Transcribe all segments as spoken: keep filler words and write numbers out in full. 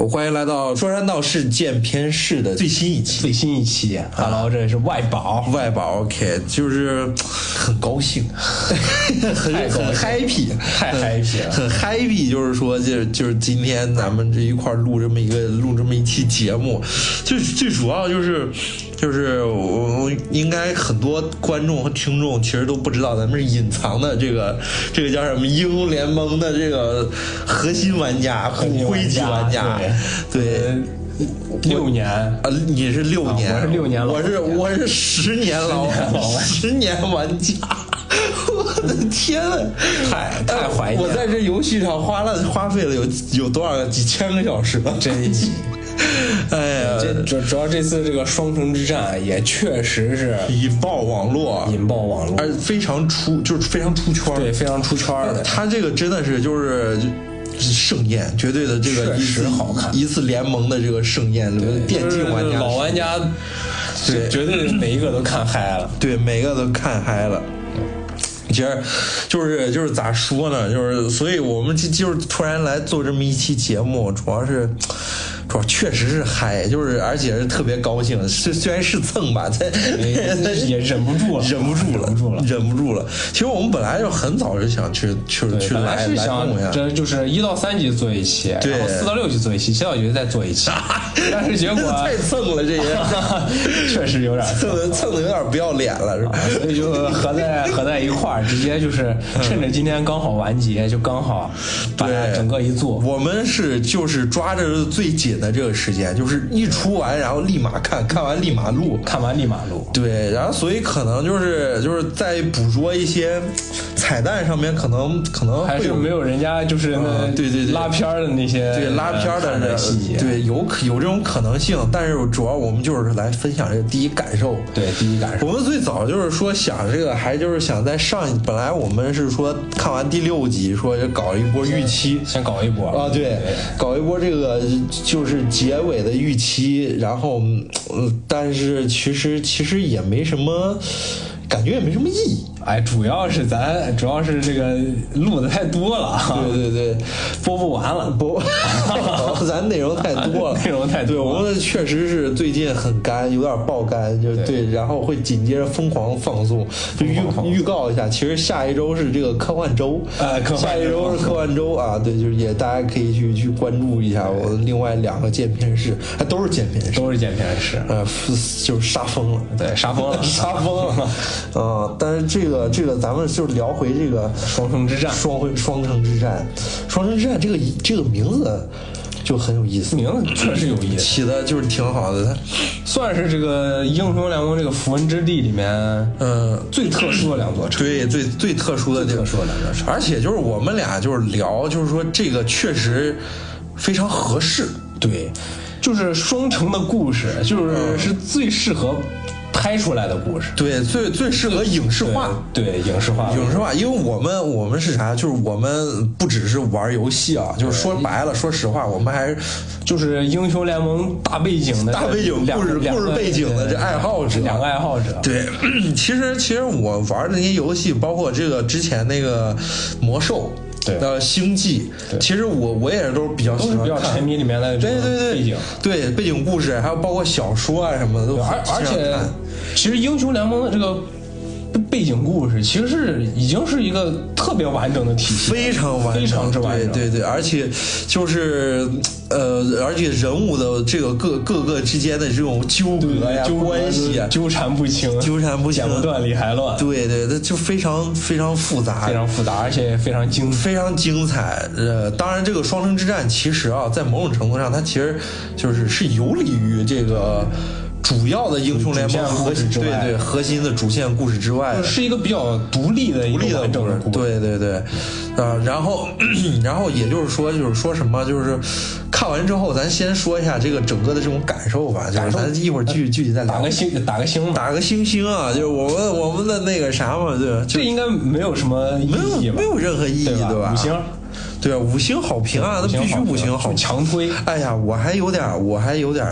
欢迎来到说山道事见偏事的最新一期。 最新一期 ，Hello，、啊、这里是外宝， 外宝 ，OK， 就是很高兴，很很 happy， 太 happy 了， 很 happy， 就是说，就就是今天咱们这一块录这么一个录这么一期节目，最最主要就是。就是我应该很多观众和听众其实都不知道，咱们是隐藏的这个这个叫什么英雄联盟的这个核心玩家、骨灰级玩家，对。对六年啊，你是六年， 啊、我是六年老， 我是我是十年老十年玩家，我的天啊， 太太怀念！ 我在这游戏上花了花费了有有多少个几千个小时了， 真急。 哎呀， 这主主要这次这个双城之战也确实是引爆网络， 引爆网络， 而非常出就是非常出圈， 对，非常出圈的。 他这个真的是就是。盛宴，绝对的这个一次好看， 一次联盟的这个盛宴，电竞玩家、 老玩家， 对， 绝对每一个都看嗨了， 对，每个都看嗨了。其实，就是就是咋说呢？就是所以我们就就是突然来做这么一期节目，主要是。主要确实是嗨，就是而且是特别高兴。虽虽然是蹭吧，但也忍不住了， 忍不住了， 忍不住了， 忍不住了。其实我们本来就很早就想去去去来是想来弄一下， 这就是一到三集做一期， 对， 然后四到六集做一期，七到九再做一期。但是结果太蹭了，这些确实有点蹭的蹭的有点不要脸了，是吧？ 所以就合在合在一块儿，直接就是趁着今天刚好完结，就刚好把整个一做。 我们是就是抓着最紧的这个时间，就是一出完然后立马看，看完立马录， 看完立马录。 对，然后所以可能就是就是在捕捉一些彩蛋上面，可能可能还是没有人家就是那、 嗯、对对对拉片的那些对拉片的细节， 对有有这种可能性，但是主要我们就是来分享这个第一感受。 对，第一感受。 我们最早就是说想这个，还就是想在上本来我们是说看完第六集，说搞一波预期， 先搞一波啊，对，搞一波这个就是结尾的预期，然后嗯，但是其实其实也没什么。感觉也没什么意义， 哎，主要是咱主要是这个录的太多了， 对对对， 播不完了， 播，咱内容太多了， 内容太多了。 对，我们确实是最近很干，有点爆肝，就 对, 对，然后会紧接着疯狂放送，就预预告一下，其实下一周是这个科幻周， 呃，科幻下一周是科幻周啊，对，就是也大家可以去去关注一下我的另外两个见片式，还都是见片式， 都是见片式， 呃，就是杀疯了， 对，杀疯了， 杀疯了。呃，但是这个这个咱们就聊回这个双城之战， 双回双城之战，双城之战这个这个名字就很有意思， 名字确实有意思， 起的就是挺好的，它算是这个英雄联盟这个符文之地里面， 嗯， 最特殊的两座城， 对，最最特殊的最特殊的两座城， 而且就是我们俩就是聊，就是说这个确实非常合适， 对，就是双城的故事，就是、嗯、是最适合。拍出来的故事， 对，最最适合影视化， 对，对影视化， 影视化，因为我们我们是啥？就是我们不只是玩游戏啊，就是说白了，说实话，我们还是就是英雄联盟大背景的大背景故事故事背景的这爱好者， 两个爱好者。 对，其实其实我玩的那些游戏，包括这个之前那个魔兽。 对， 呃，星际，其实我我也是都是比较喜欢看， 都是比较沉迷里面的对对对背景， 对背景故事，还有包括小说啊什么的都而而且，其实英雄联盟的这个背景故事其实是已经是一个特别完整的体系， 非常完整， 非常之完整， 对对对，而且就是呃，而且人物的这个各各个之间的这种纠葛呀、关系啊， 纠缠不清， 纠缠不清， 剪不断理还乱， 对对，它就非常非常复杂， 非常复杂，而且非常精非常精彩。呃，当然，这个双城之战其实啊，在某种程度上，它其实就是是有利于这个。主要的英雄联盟核心，对对，核心的主线故事之外， 是一个比较独立的、 独立的故事，对对对，啊、呃，然后然后也就是说，就是说什么，就是看完之后，咱先说一下这个整个的这种感受吧，就是咱一会儿具具体再聊。 打个星，打个星， 打个星星啊，就是我们我们的那个啥嘛，对吧？ 这应该没有什么意义吧？ 没有没有任何意义，对吧？ 对吧五星。 对啊，五星好评啊，那必须五星好评， 强推。 哎呀，我还有点，我还有点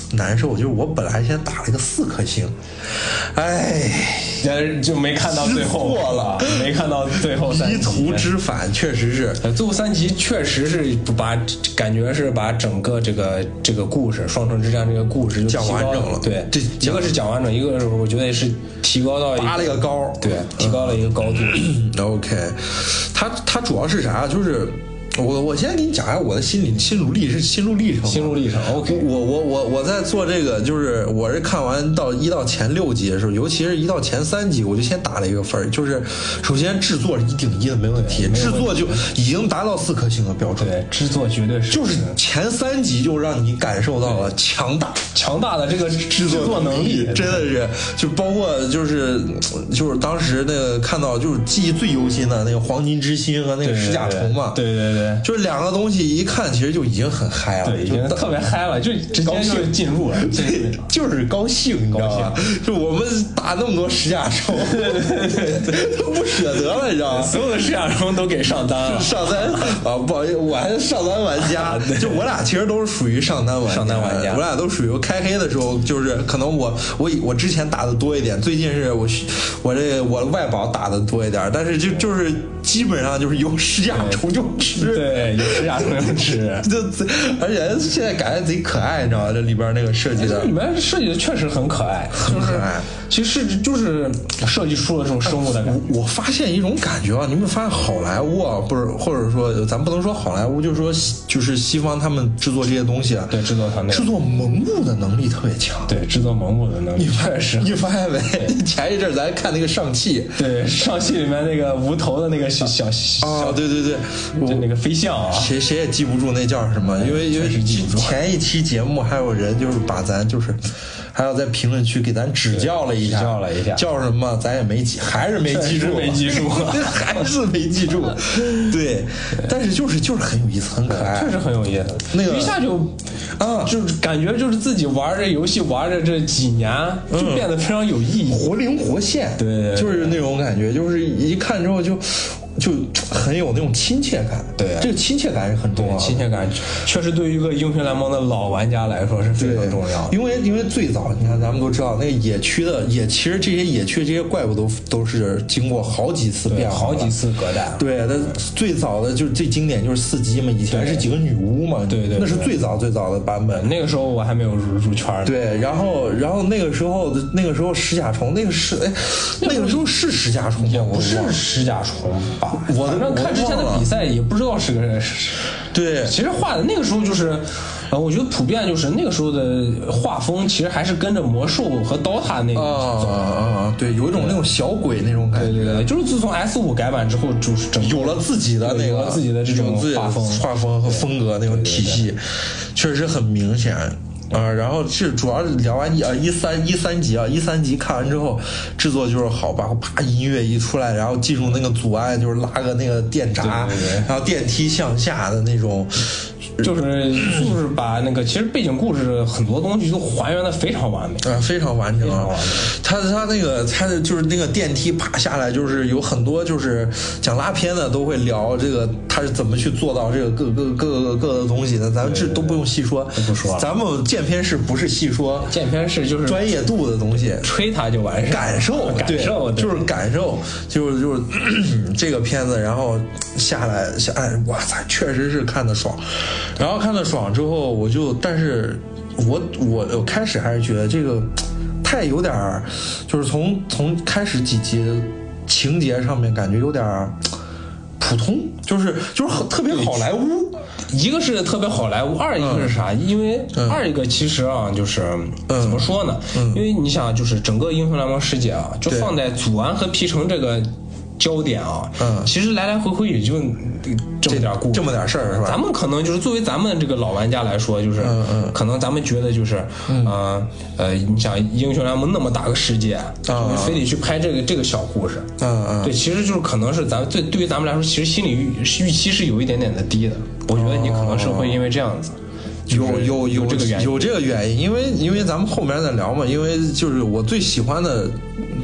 难受，就是我本来先打了一个四颗星，哎， 就没看到最后错了， 没看到最后三集， 迷途知返，确实是， 最后三集确实是把感觉是把整个这个这个故事《双城之战》这个故事就讲完整了， 对， 这一个是讲完整，一个是我觉得是提高到拔了一个高， 对，提高了一个高度。 嗯、OK， 它它主要是啥？就是我我先给你讲一下我的心理心路历是心路历程， 心路历程。OK， 我我我我在做这个，就是我是看完到一到前六集的时候，尤其是一到前三集，我就先打了一个分，就是首先制作是一顶一的没问题，制作就已经达到四颗星的标准， 对，制作绝对是， 就是前三集就让你感受到了强大强大的这个制作能力， 真的是就包括就是就是当时那个看到就是记忆最犹新的那个黄金之心和那个石甲虫嘛， 对对 对, 对, 对， 就是两个东西一看其实就已经很嗨了， 对，已经特别嗨了，就直接就进入了， 对，就是高兴，你知道吧？就我们打那么多石甲虫， 对对对对， 都不舍得了，你知道吗？ 所有的石甲虫都给上单了， 上单啊，不好意思，我还是上单玩家，就我俩其实都是属于上单玩家， 上单玩家， 我俩都属于开黑的时候，就是可能我我我之前打的多一点，最近是我我这我外保打的多一点，但是就就是基本上就是有石甲虫就吃， 对，有石甲虫就吃， 就而且现在感觉贼可爱，你知道吗？这里边那个设计的， 里面设计的确实很可爱， 很可爱。 其实就是设计出了这种生物的感觉。 我, 我发现一种感觉啊，你有没有发现好莱坞啊，不是，或者说咱不能说好莱坞，就是说就是西方他们制作这些东西啊， 对，制作团队制作萌物的能力特别强。 对，制作萌物的能力确实。 你发现没？前一阵咱看那个上汽， 对，上汽里面那个无头的那个小小小， 啊，对对对， 就那个飞象啊， 谁谁也记不住那叫什么，因为因为前一期节目还有人就是把咱就是。还要在评论区给咱指教了一下， 指教了一下， 叫什么咱也没记，还是没记住， 没记住， 还是没记住。对，但是就是就是很有意思，很可爱， 确实很有意思。 那个一下就啊，就是感觉就是自己玩这游戏玩着这几年，就变得非常有意义， 活灵活现。 对， 就是那种感觉，就是一看之后就。就很有那种亲切感， 对， 这个亲切感是很重要的。 亲切感确实对于一个英雄联盟的老玩家来说是非常重要的。 因为因为最早你看咱们都知道那个野区的野，其实这些野区这些怪物都都是经过好几次变化， 好几次革代。 对，那最早的就是最经典就是四机嘛，以前是几个女巫嘛， 对 对, 对， 那是最早最早的版本。 那个时候我还没有入入圈呢。 对，然后然后那个时候的那个时候石甲虫那个是哎，那个时候是石甲虫吗？ 也不是石甲虫吧？ 我反正看之前的比赛也不知道是个人。 对， 其实画的那个时候就是，呃，我觉得普遍就是那个时候的画风其实还是跟着魔兽和刀塔那个走啊啊，对，有一种那种小鬼那种感觉。 对对对，就是自从 S 五 改版之后，就是整有了自己的那个自己的这种画风、 画风和风格那种体系，确实很明显。啊、呃，然后是主要聊完一啊一三一三集啊一三集看完之后，制作就是好吧，啪音乐一出来，然后进入那个阻碍，就是拉个那个电闸， 对对对， 然后电梯向下的那种， 就是就是把那个其实背景故事很多东西都还原的非常完美啊、呃，非常完整。 完他他那个他的就是那个电梯爬下来，就是有很多就是讲拉片的都会聊这个他是怎么去做到这个各各各个各个东西的，咱们这都不用细说， 不说了， 咱们。剑片式不是细说， 剑片式就是专业度的东西， 吹它就完事， 感受感受就是感受，就是就是这个片子，然后下来下来，哇塞，确实是看得爽。然后看得爽之后，我就，但是我我我开始还是觉得这个太有点，就是从从开始几集的情节上面感觉有点普通，就是就是很特别好莱坞。 一个是特别好莱坞，二一个是啥？嗯、因为二一个其实啊，就是、嗯、怎么说呢？嗯、因为你想，就是整个英雄联盟世界啊，就放在祖安和皮城这个焦点啊，嗯，其实来来回回也就这么点故事， 这么点事儿是吧？ 咱们可能就是作为咱们这个老玩家来说，就是，嗯嗯，可能咱们觉得就是，嗯、呃呃，你想英雄联盟那么大个世界，啊、就是非得去拍这个这个小故事，嗯嗯，对，其实就是可能是咱对对于咱们来说，其实心理预预期是有一点点的低的。我觉得你可能是会因为这样子。 有有有这个原因， 有这个原因，因为因为咱们后面再聊嘛，因为就是我最喜欢的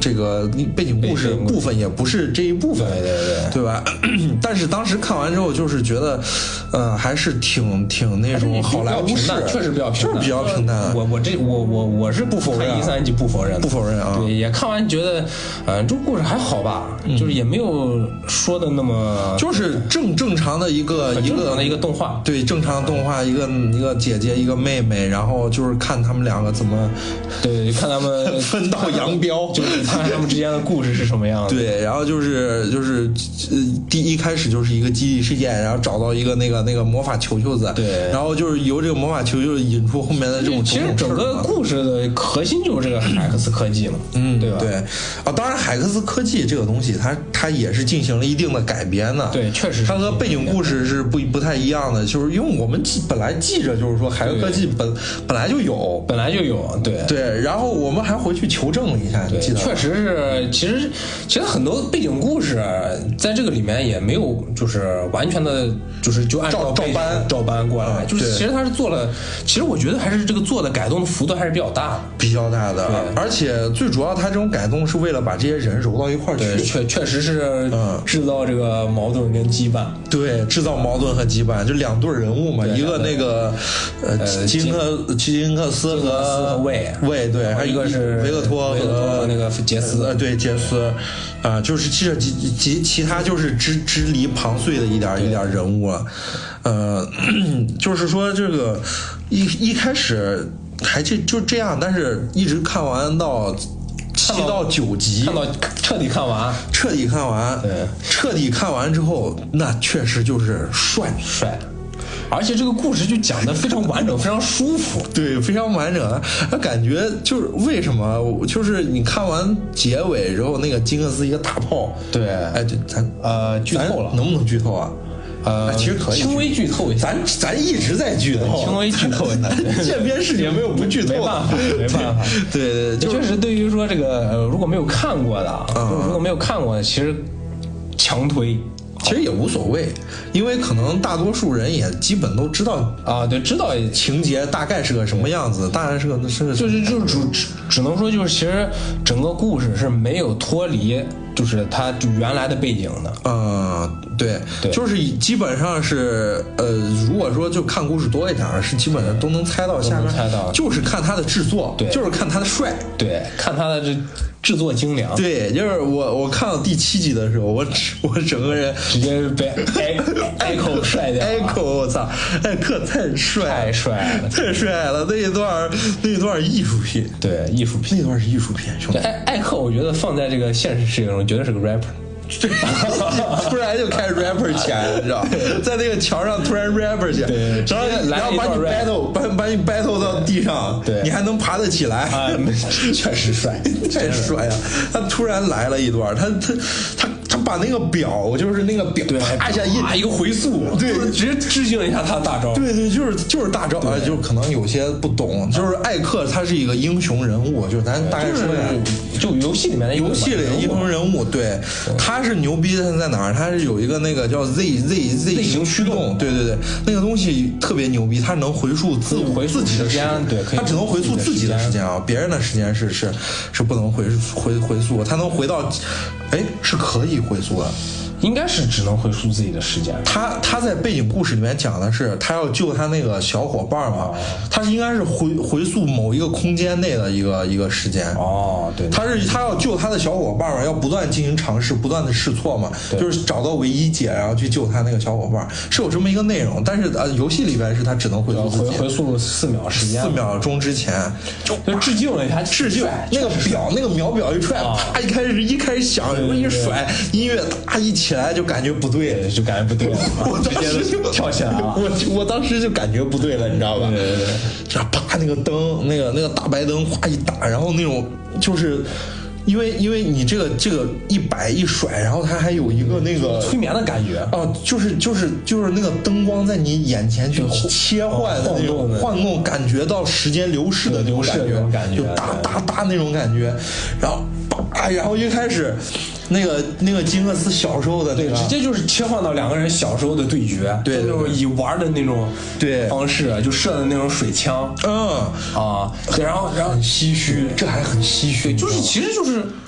这个背景故事部分也不是这一部分， 对对对， 对吧？但是当时看完之后，就是觉得，呃，还是挺挺那种好莱坞式， 确实比较平淡， 就是比较平淡。 我我这我我我是不否认一三季不否认， 不否认啊。 对，也看完觉得，呃，这个故事还好吧，嗯、就是也没有说的那么， 就是正正常的一个一个的一个动画， 对，正常动画，一个一个姐姐一个妹妹，然后就是看他们两个怎么， 对，看他们分道扬镳， 就是看他们之间的故事是什么样的。 对，然后就是就是呃，第一开始就是一个基地事件，然后找到一个那个那个魔法球球子， 对， 然后就是由这个魔法球球引出后面的这种其实整个故事的核心就是这个海克斯科技嘛， 嗯， 对吧？ 对啊，当然海克斯科技这个东西，它它也是进行了一定的改编的， 对，确实， 它和背景故事是不不太一样的，就是因为我们本来记着就是说海克斯科技本本来就有， 本来就有，对对，然后我们还回去求证了一下， 对， 记得确实是，其实其实很多背景故事在这个里面也没有就是完全的，就是就按照照搬照搬过来，就是其实他是做了，其实我觉得还是这个做的改动的幅度还是比较大的， 比较大的，而且最主要他这种改动是为了把这些人揉到一块儿去， 确确实是制造这个矛盾跟羁绊， 对，制造矛盾和羁绊，就两对人物嘛，一个那个呃金克金克斯和魏魏，对，还有一个是维克托和那个杰斯， 呃，对，杰斯，啊，就是其实其其其他就是支支离旁碎的一点一点人物了，呃，就是说这个一一开始还就就这样，但是一直看完到七到九集， 看到彻底看完， 彻底看完， 对， 彻底看完之后，那确实就是帅帅。而且这个故事就讲得非常完整，非常舒服， 对，非常完整。他感觉就是为什么，就是你看完结尾之后，那个金克斯一个大炮， 对， 哎，对，咱呃剧透了， 能不能剧透啊？ 呃， 其实可以轻微剧透一下， 咱咱一直在剧透， 轻微剧透一下。 见边事情没有不剧透， 没办法，没办法。 对对， 确实对于说这个呃，如果没有看过的，如果没有看过的，其实强推。 其实也无所谓，因为可能大多数人也基本都知道啊，对，知道情节大概是个什么样子，大概是个是个， 就是就是只只能说就是其实整个故事是没有脱离，就是它就原来的背景的。 嗯，对， 对， 就是基本上是呃，如果说就看故事多一点，是基本上都能猜到下面， 猜到， 就是看他的制作， 对， 就是看他的帅， 对，看他的这。制作精良， 对，就是我我看到第七集的时候，我我整个人直接被艾克帅掉， 艾克，我操，艾克太帅， 太帅了， 太帅了，那一段那一段艺术品， 对，艺术品， 那段是艺术品，兄弟， 艾艾克，我觉得放在这个现实世界中，绝对是个 rapper。 突然就开始 rapper 起来了，你知道，在那个桥上突然 rapper 起来，然后然后把你 battle 把把你 battle 到地上， 对， 你还能爬得起来， 啊，确实帅， 太帅了。他突然来了一段，他他他他把那个表，就是那个表，啪一下一一个回溯， 对， 直接致敬了一下他的大招， 对对，就是就是大招啊，就可能有些不懂，就是艾克他是一个英雄人物，就是咱大概说一下， 就游戏里面的游戏里的英雄人物，对，他是牛逼的在哪儿？他是有一个那个叫 Z Z Z 型驱动，对对对，那个东西特别牛逼，它能回溯自回自己的时间，对， 它只能回溯自己的时间啊，别人的时间是是是不能回回回溯，它能回到，哎，是可以回溯的。 应该是只能回溯自己的时间。 他他在背景故事里面讲的是，他要救他那个小伙伴嘛，哦、他应该是回回溯某一个空间内的一个一个时间。 哦，对， 他是他要救他的小伙伴嘛，要不断进行尝试，不断的试错嘛，就是找到唯一解，然后去救他那个小伙伴，是有这么一个内容。但是呃，游戏里边是他只能回溯自己， 回回溯四秒时间， 四秒钟之前就就致敬了一下， 致敬那个表那个秒表一出来，啪一开始一开始响，一甩音乐，哒一起来就感觉不对， 就感觉不对了， 我当时就跳起来了， 我我当时就感觉不对了，你知道吧？ 对对对， 这啪那个灯，那个那个大白灯哗一打，然后那种就是。因为因为你这个这个一摆一甩，然后它还有一个那个催眠的感觉哦，就是就是就是那个灯光在你眼前去切换的那种晃动，感觉到时间流逝的那种感觉，就哒哒哒那种感觉，然后叭，然后一开始那个那个金克斯小时候的那个， 对，直接就是切换到两个人小时候的对决， 对， 那种以玩的那种对方式，就射的那种水枪， 嗯啊，然后然后很唏嘘，这还很唏嘘， 就是其实就是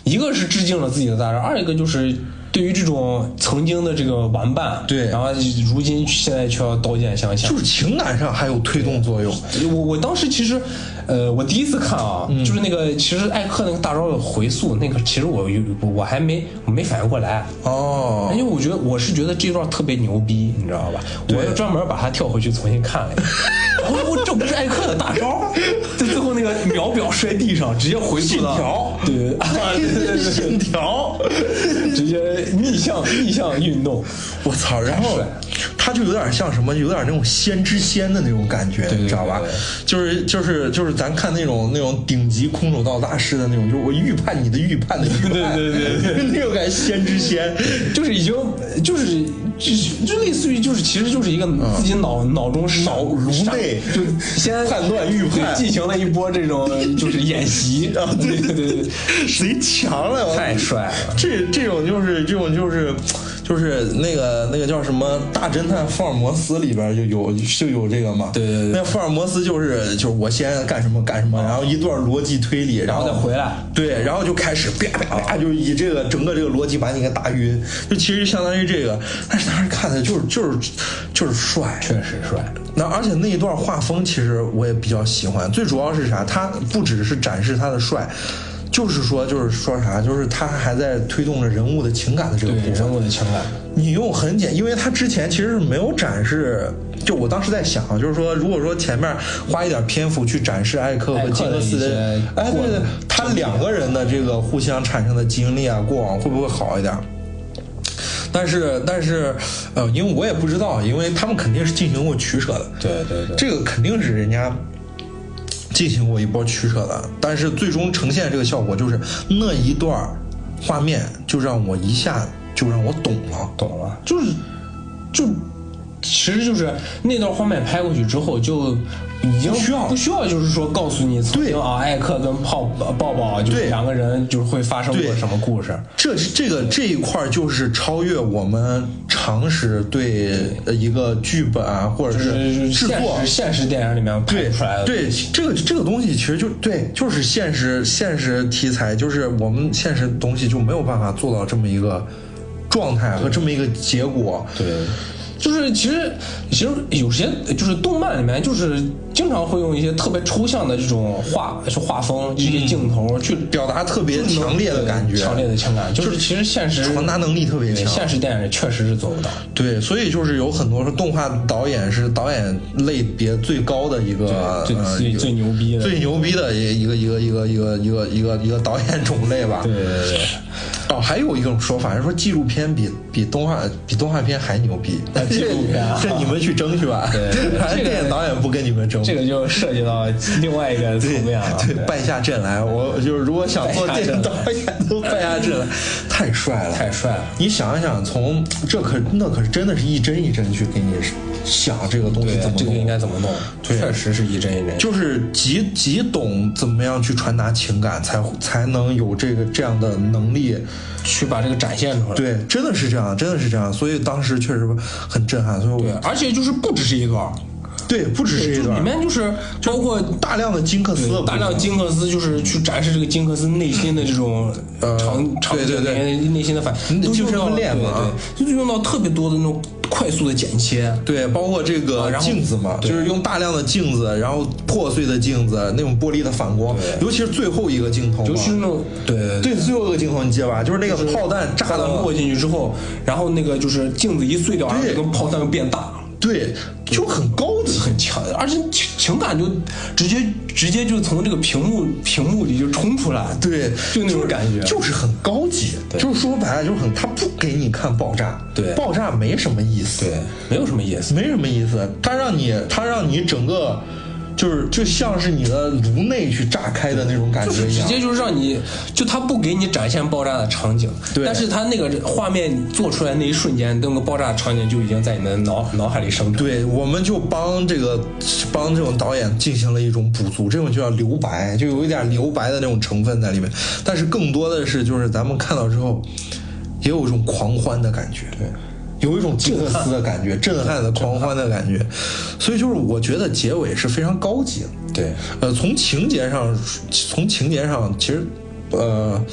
一个是致敬了自己的大招，二一个就是对于这种曾经的这个玩伴， 对， 然后如今现在却要刀剑相向， 就是情感上还有推动作用。 我我当时其实，呃，我第一次看啊，嗯、就是那个其实艾克那个大招的回溯，那个其实我我还没我没反应过来哦， 因为我觉得我是觉得这段特别牛逼，你知道吧？我就专门把它跳回去重新看了一下。我我这不是艾克的大招，就最后那个秒表摔地上，直接回溯信条， 对啊，对对对， 信条， 直接逆向逆向运动， 我操！然后他就有点像什么，有点那种先知仙的那种感觉， 对对对对， 你知道吧？就是就是就是咱看那种那种顶级空手道大师的那种，就是我预判你的预判的预判， 对对对对， 那种感觉先知仙， 就是已经就是就是就类似于就是其实就是一个自己脑、嗯、脑中脑颅内就先判断预判进行了一波这种就是演习啊，对对对对， 贼强了， 太帅了！ 这这种就是这种就是就是那个那个叫什么大侦探福尔摩斯里边就有就有这个嘛， 对对对， 那福尔摩斯就是就是我先干什么干什么，然后一段逻辑推理， 然后再回来， 对，然后就开始啪啪啪，就以这个整个这个逻辑把你给打晕，就其实相当于这个，但是当时看的就是就是就是帅， 确实帅。 那而且那一段画风其实我也比较喜欢，最主要是啥？他不只是展示他的帅。就是说，就是说啥，就是他还在推动着人物的情感的这个部分。 人物的情感， 你用很简，因为他之前其实是没有展示。就我当时在想，就是说，如果说前面花一点篇幅去展示艾克和金克斯的，哎，对对，他两个人的这个互相产生的经历啊、过往会不会好一点？但是，但是，呃，因为我也不知道，因为他们肯定是进行过取舍的。 对对对， 这个肯定是人家进行过一波取舍的，但是最终呈现这个效果就是那一段画面就让我一下就让我懂了， 懂了，就是就其实就是那段画面拍过去之后就已经不需要不需要就是说告诉你曾经啊艾克跟泡抱抱就是两个人就是会发生过什么故事， 这这个这一块就是超越我们常识对一个剧本啊或者是制作现实电影里面拍出来的， 对这个这个东西其实就对就是现实现实题材，就是我们现实东西就没有办法做到这么一个状态和这么一个结果， 对。就是其实其实有些就是动漫里面就是经常会用一些特别抽象的这种画是画风这些镜头去表达特别强烈的感觉， 强烈的情感，就是其实现实传达能力特别强， 现实电影确实是做不到。 对，所以就是有很多说动画导演是导演类别最高的一个最最最牛逼的最牛逼的一个一个一个一个一个一个一个导演种类吧。 对对对。 哦，还有一种说法是说纪录片比比动画比动画片还牛逼。 纪录片、啊， 这你们去争去吧。 对， 反正电影导演不跟你们争。 这个就涉及到另外一个层面了。 对，对，败下阵来，我就是如果想做电影导演，都败下阵来，太帅了， 太帅了。 你想一想，从这可那可是真的是一帧一帧去给你想这个东西怎么弄， 这个应该怎么弄，确实是一帧一帧， 就是极极懂怎么样去传达情感，才才能有这个这样的能力。 去把这个展现出来， 对，真的是这样，真的是这样，所以当时确实很震撼，所以我对，而且就是不只是一段， 对，不只是一段， 里面就是包括大量的金克斯， 大量金克斯就是去展示这个金克斯内心的这种呃场场景里面内心的反应， 精神分裂嘛， 对，就是用到特别多的那种快速的剪切， 对，包括这个镜子嘛，就是用大量的镜子，然后破碎的镜子，那种玻璃的反光，尤其是最后一个镜头， 尤其是那种对对最后一个镜头你记得吧？就是那个炮弹炸到落进去之后，然后那个就是镜子一碎掉，然后这个炮弹又变大。 对，就很高级， 很强，而且情情感就直接直接就从这个屏幕屏幕里就冲出来， 对， 就那种感觉， 就是、就是很高级，就是说白了就是很，他不给你看爆炸， 对， 爆炸没什么意思， 对，没有什么意思， 没什么意思，他让你他让你整个。就是就像是你的颅内去炸开的那种感觉一样， 就是直接就是让你就他不给你展现爆炸的场景， 对， 但是他那个画面做出来那一瞬间，那个爆炸的场景就已经在你的脑脑海里生成。 对，我们就帮这个帮这种导演进行了一种补足，这种就叫留白，就有一点留白的那种成分在里面，但是更多的是就是咱们看到之后，也有一种狂欢的感觉。 对。 有一种金克斯的感觉，震撼的狂欢的感觉，所以就是我觉得结尾是非常高级的。 对， 呃，从情节上，从情节上，其实，呃，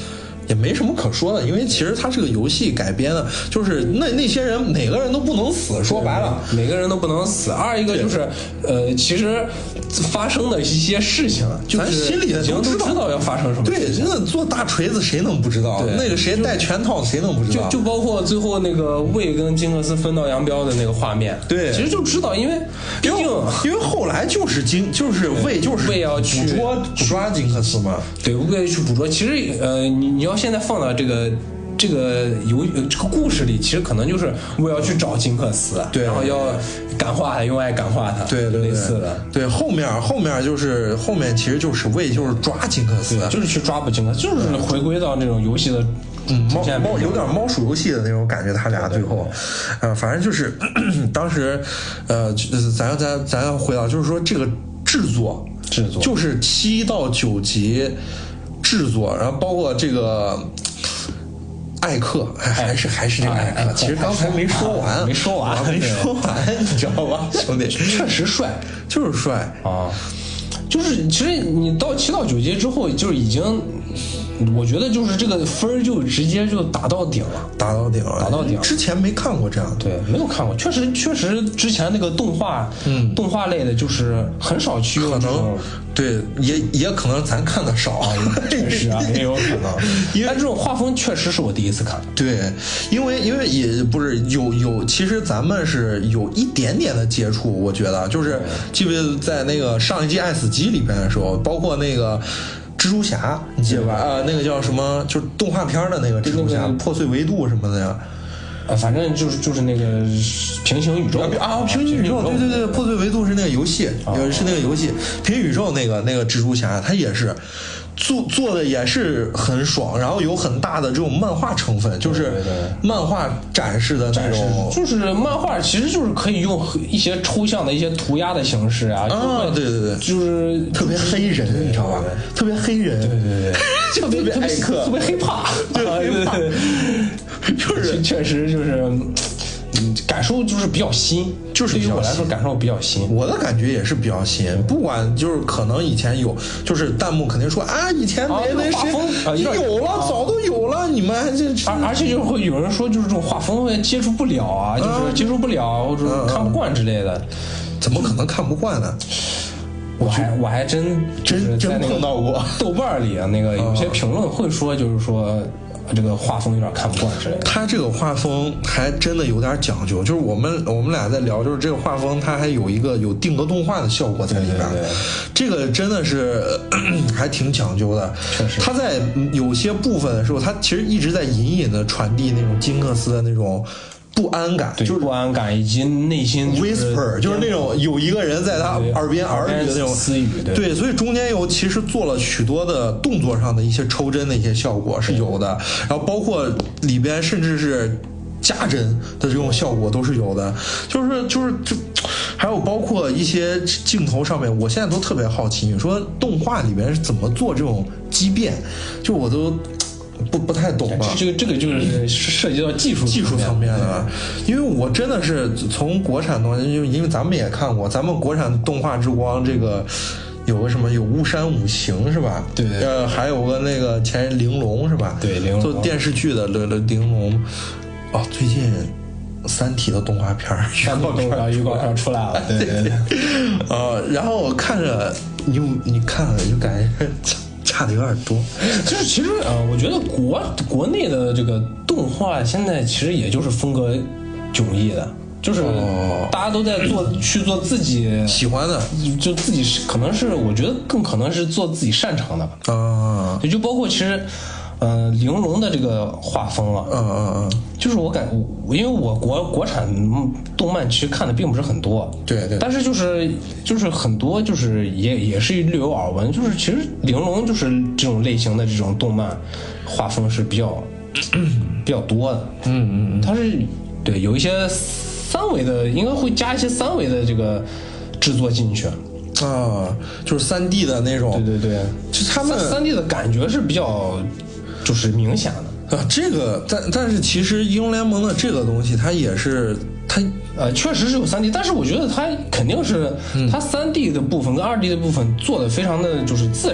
也没什么可说的，因为其实它是个游戏改编的，就是那那些人哪个人都不能死，说白了， 每个人都不能死。二一个就是，呃，其实发生的一些事情，就是咱心里已经都知道要发生什么事情。 对，真的做大锤子谁能不知道？那个谁戴拳套谁能不知道？ 就就包括最后那个魏跟金克斯分道扬镳的那个画面， 对， 其实就知道，因为毕竟因为后来就是金就是魏就是魏要去捕捉捕抓金克斯嘛， 对，魏去捕捉。其实呃，你你要现在放到这个。这个游这个故事里，其实可能就是我要去找金克斯， 对， 然后要感化他，用爱感化他， 对对对， 类似的。 对，后面后面就是后面其实就是为就是抓金克斯， 就是去抓捕金克斯，就是回归到那种游戏的。 嗯，猫猫有点猫鼠游戏的那种感觉，他俩最后，呃，反正就是咳咳当时，呃，咱要咱咱要回到，就是说这个制作制作就是七到九集制作，然后包括这个。艾克还是还是这个艾克，其实刚才没说完， 没说完， 没说完，你知道吧，兄弟？ 确实帅， 就是帅啊，就是其实你到七到九节之后，就是已经，我觉得就是这个分就直接就达到顶了， 达到顶了， 达到顶。 之前没看过这样， 对，没有看过，确实确实之前那个动画，嗯，动画类的，就是很少去用这种。 对，也也可能咱看的少， 确实啊，也有可能。因为但这种画风确实是我第一次看。 对，因为因为也不是有有，其实咱们是有一点点的接触，我觉得就是记不记得在那个上一季《爱死机》里边的时候，包括那个蜘蛛侠，你记得吧？啊，那个叫什么，就是动画片的那个蜘蛛侠，破碎维度什么的呀。 呃，反正就是就是那个平行宇宙啊，平行宇宙，对对对，破碎维度是那个游戏，有是那个游戏，平行宇宙那个那个蜘蛛侠，他也是做做的也是很爽，然后有很大的这种漫画成分，就是漫画展示的那种， 就是漫画其实就是可以用一些抽象的一些涂鸦的形式啊， 啊，对对对， 就是特别黑人，你知道吧？特别黑人， 对对对， 特别艾克， 特别黑怕，对黑怕。就是确实就是，嗯，感受就是比较新， 就是对于我来说感受比较新。 我的感觉也是比较新，不管就是可能以前有，就是弹幕肯定说啊，以前哪哪谁有了，早都有了，你们还这， 而而且就会有人说，就是这种画风会接触不了啊，就是接触不了或者看不惯之类的， 怎么可能看不惯呢？ 我还我还真真真碰到过， 豆瓣里啊，那个有些评论会说，就是说。这个画风有点看不惯之类的。 他这个画风还真的有点讲究，就是我们我们俩在聊，就是这个画风它还有一个有定格动画的效果在里边， 对对对， 这个真的是还挺讲究的。 确实， 他在有些部分的时候，他其实一直在隐隐的传递那种金克斯的那种。不安感， 就是不安感以及内心 whisper， 就是那种有一个人在他耳边耳语的那种私语，对， 对，所以中间有其实做了许多的动作上的一些抽帧的一些效果是有的，然后包括里边甚至是加帧的这种效果都是有的，就是就是就还有包括一些镜头上面，我现在都特别好奇，你说动画里边是怎么做这种畸变，就我都。不不太懂吧？ 这个这个就是涉及到技术技术层面的，因为我真的是从国产东西，因为咱们也看过，咱们国产动画之光这个有个什么有巫山五行是吧？ 对对。 呃，还有个那个前玲珑是吧？ 对，玲珑做电视剧的玲玲珑。哦，最近《三体》的动画片预告片预告片出来了，对对对。 呃，然后我看着你你看了就感觉。差的有点多， 就是其实啊、呃，我觉得国国内的这个动画现在其实也就是风格迥异的，就是大家都在做、哦、去做自己喜欢的， 就自己是可能是我觉得更可能是做自己擅长的啊， 也就包括其实。呃，玲珑的这个画风啊， 嗯嗯嗯， 就是我感，因为我国国产动漫其实看的并不是很多， 对对， 但是就是就是很多就是也也是略有耳闻，就是其实玲珑就是这种类型的这种动漫画风是比较比较多的， 嗯嗯嗯， 它是对有一些三维的，应该会加一些三维的这个制作进去。 啊，就是三 D 的那种， 对对对， 就他们三 D 的感觉是比较。就是明显的啊，这个但但是其实英雄联盟的这个东西，它也是它呃确实是有三 D， 但是我觉得它肯定是、嗯、它三 D 的部分跟二 D 的部分做的非常的就是自然。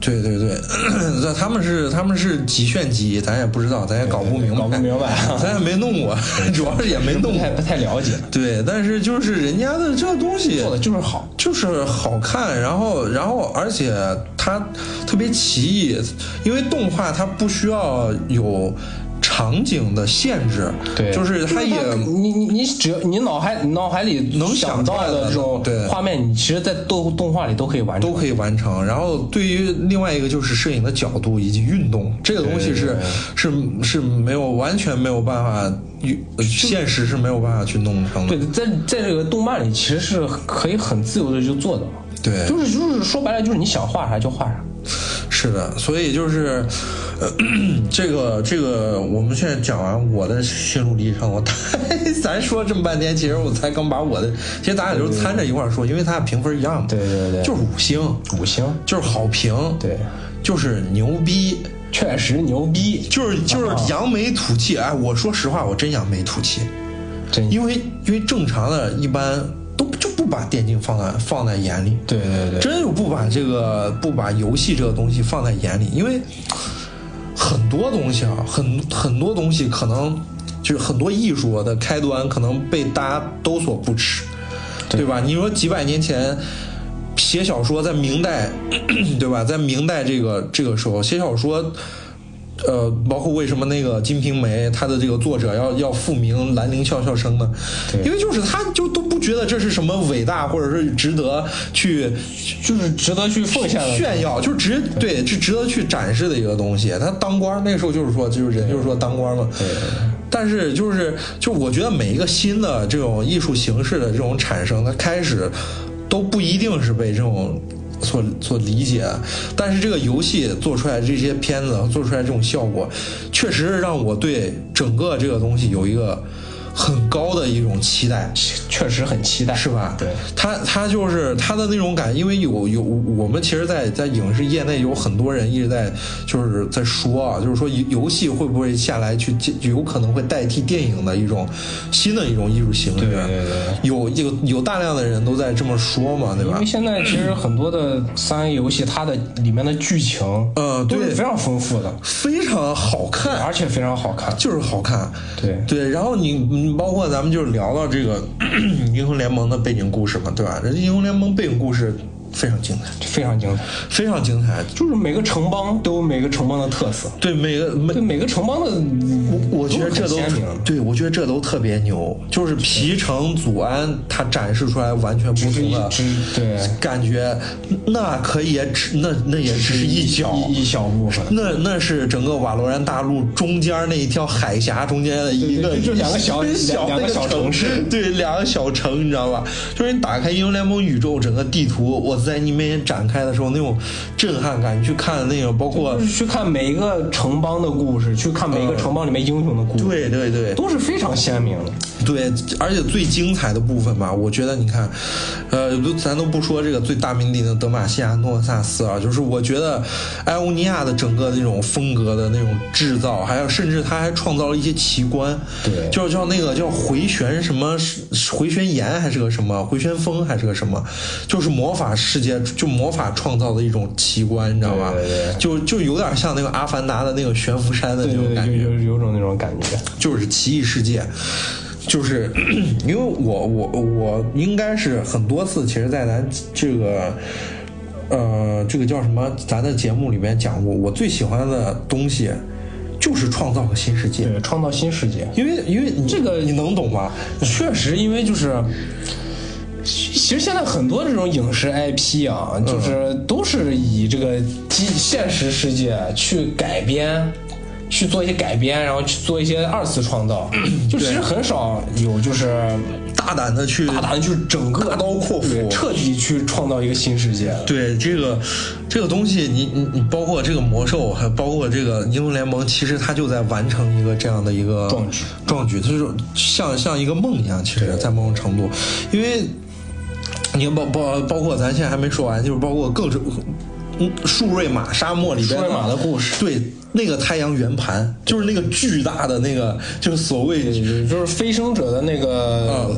对对对，那他们是他们是几炫几，咱也不知道，咱也搞不明白， 搞不明白， 咱也没弄过，主要是也没弄过， 不太不太了解。 对，但是就是人家的这个东西做的就是好， 就是好看，然后然后而且它特别奇异，因为动画它不需要有场景的限制， 对， 就是它也你你你只要你脑海脑海里能想到的这种画面，你其实在动动画里都可以完成， 都可以完成。然后对于另外一个就是摄影的角度以及运动，这个东西是是是没有完全没有办法，现实是没有办法去弄成的。 对，在在这个动漫里其实是可以很自由的就做到。 对， 就是就是说白了就是你想画啥就画啥。 是的，所以就是，呃，这个这个，我们现在讲完我的心路历程，我咱说这么半天，其实我才刚把我的，其实咱俩都掺着一块说，因为咱俩评分一样嘛， 对对对， 就是五星， 五星就是好评， 对， 就是牛逼， 确实牛逼， 就是就是扬眉吐气。哎，我说实话，我真扬眉吐气， 真， 因为因为正常的一般。都就不把电竞放在放在眼里， 对对对， 真就不把这个不把游戏这个东西放在眼里，因为很多东西啊，很很多东西可能就是很多艺术的开端可能被大家都所不齿，对, 对吧？你说几百年前写小说，在明代，对吧？在明代这个这个时候写小说。呃，包括为什么那个《金瓶梅》它的这个作者要要复名兰陵笑笑生呢？因为就是他就都不觉得这是什么伟大，或者是值得去， 就是值得去奉献的炫耀，就是值对，是值得去展示的一个东西。他当官那个时候就是说，就是人就是说当官嘛。 对。 但是就是就我觉得每一个新的这种艺术形式的这种产生，它开始都不一定是被这种。所所理解，但是这个游戏做出来这些片子做出来这种效果，确实让我对整个这个东西有一个很高的一种期待， 确实很期待， 是吧？ 对， 他他就是他的那种感，因为有有我们其实在，在在影视业内有很多人一直在就是在说啊，就是说游戏会不会下来去有可能会代替电影的一种新的一种艺术形式？ 对对对， 有有有大量的人都在这么说嘛，对吧？ 因为现在其实很多的三 A 游戏，它的里面的剧情， 呃， 都是非常丰富的， 非常好看， 而且非常好看， 就是好看。 对对，然后你。包括咱们就是聊到这个英雄联盟的背景故事嘛，对吧？人英雄联盟背景故事非常精彩， 非常精彩， 非常精彩。 就是每个城邦都有每个城邦的特色， 对每个每对每个城邦的， 我我觉得这都对，我觉得这都特别牛。就是皮城祖安，它展示出来完全不同的对感觉，那可以也只那那也只是一小一小部分， 那那是整个瓦罗兰大陆中间那一条海峡中间的一个， 就两个小小两个小城市， 对，两个小城，你知道吧？就是你打开英雄联盟宇宙整个地图，我在你面前展开的时候，那种震撼感，你去看那个，包括就是去看每一个城邦的故事，去看每一个城邦里面英雄的故事， 对对对， 都是非常鲜明的。 对，而且最精彩的部分吧，我觉得你看，呃，咱都不说这个最大名鼎的德玛西亚诺萨斯啊，就是我觉得埃欧尼亚的整个那种风格的那种制造，还有甚至他还创造了一些奇观， 对， 就叫那个叫回旋什么回旋岩还是个什么回旋风还是个什么，就是魔法世界就魔法创造的一种奇观，你知道吧？ 对对对， 就就有点像那个阿凡达的那个悬浮山的那种感觉， 对对对，有有种那种感觉， 就是奇异世界。就是因为我我我应该是很多次，其实在咱这个呃这个叫什么咱的节目里面讲过，我最喜欢的东西就是创造个新世界， 对，创造新世界。 因为因为这个你能懂吗？ 确实，因为就是其实现在很多这种影视 I P 啊，就是都是以这个现实世界去改编。去做一些改编，然后去做一些二次创造，就其实很少有就是大胆的去大胆的去整个大刀阔斧， 彻底去创造一个新世界。 对这个这个东西，你你你包括这个魔兽，还包括这个英雄联盟，其实它就在完成一个这样的一个壮举， 壮举，它就是像像一个梦一样，其实在某种程度，因为你包包包括咱现在还没说完，就是包括更树瑞玛沙漠里边树瑞玛的故事， 对。那个太阳圆盘就是那个巨大的那个，就是所谓就是飞升者的那个、 呃、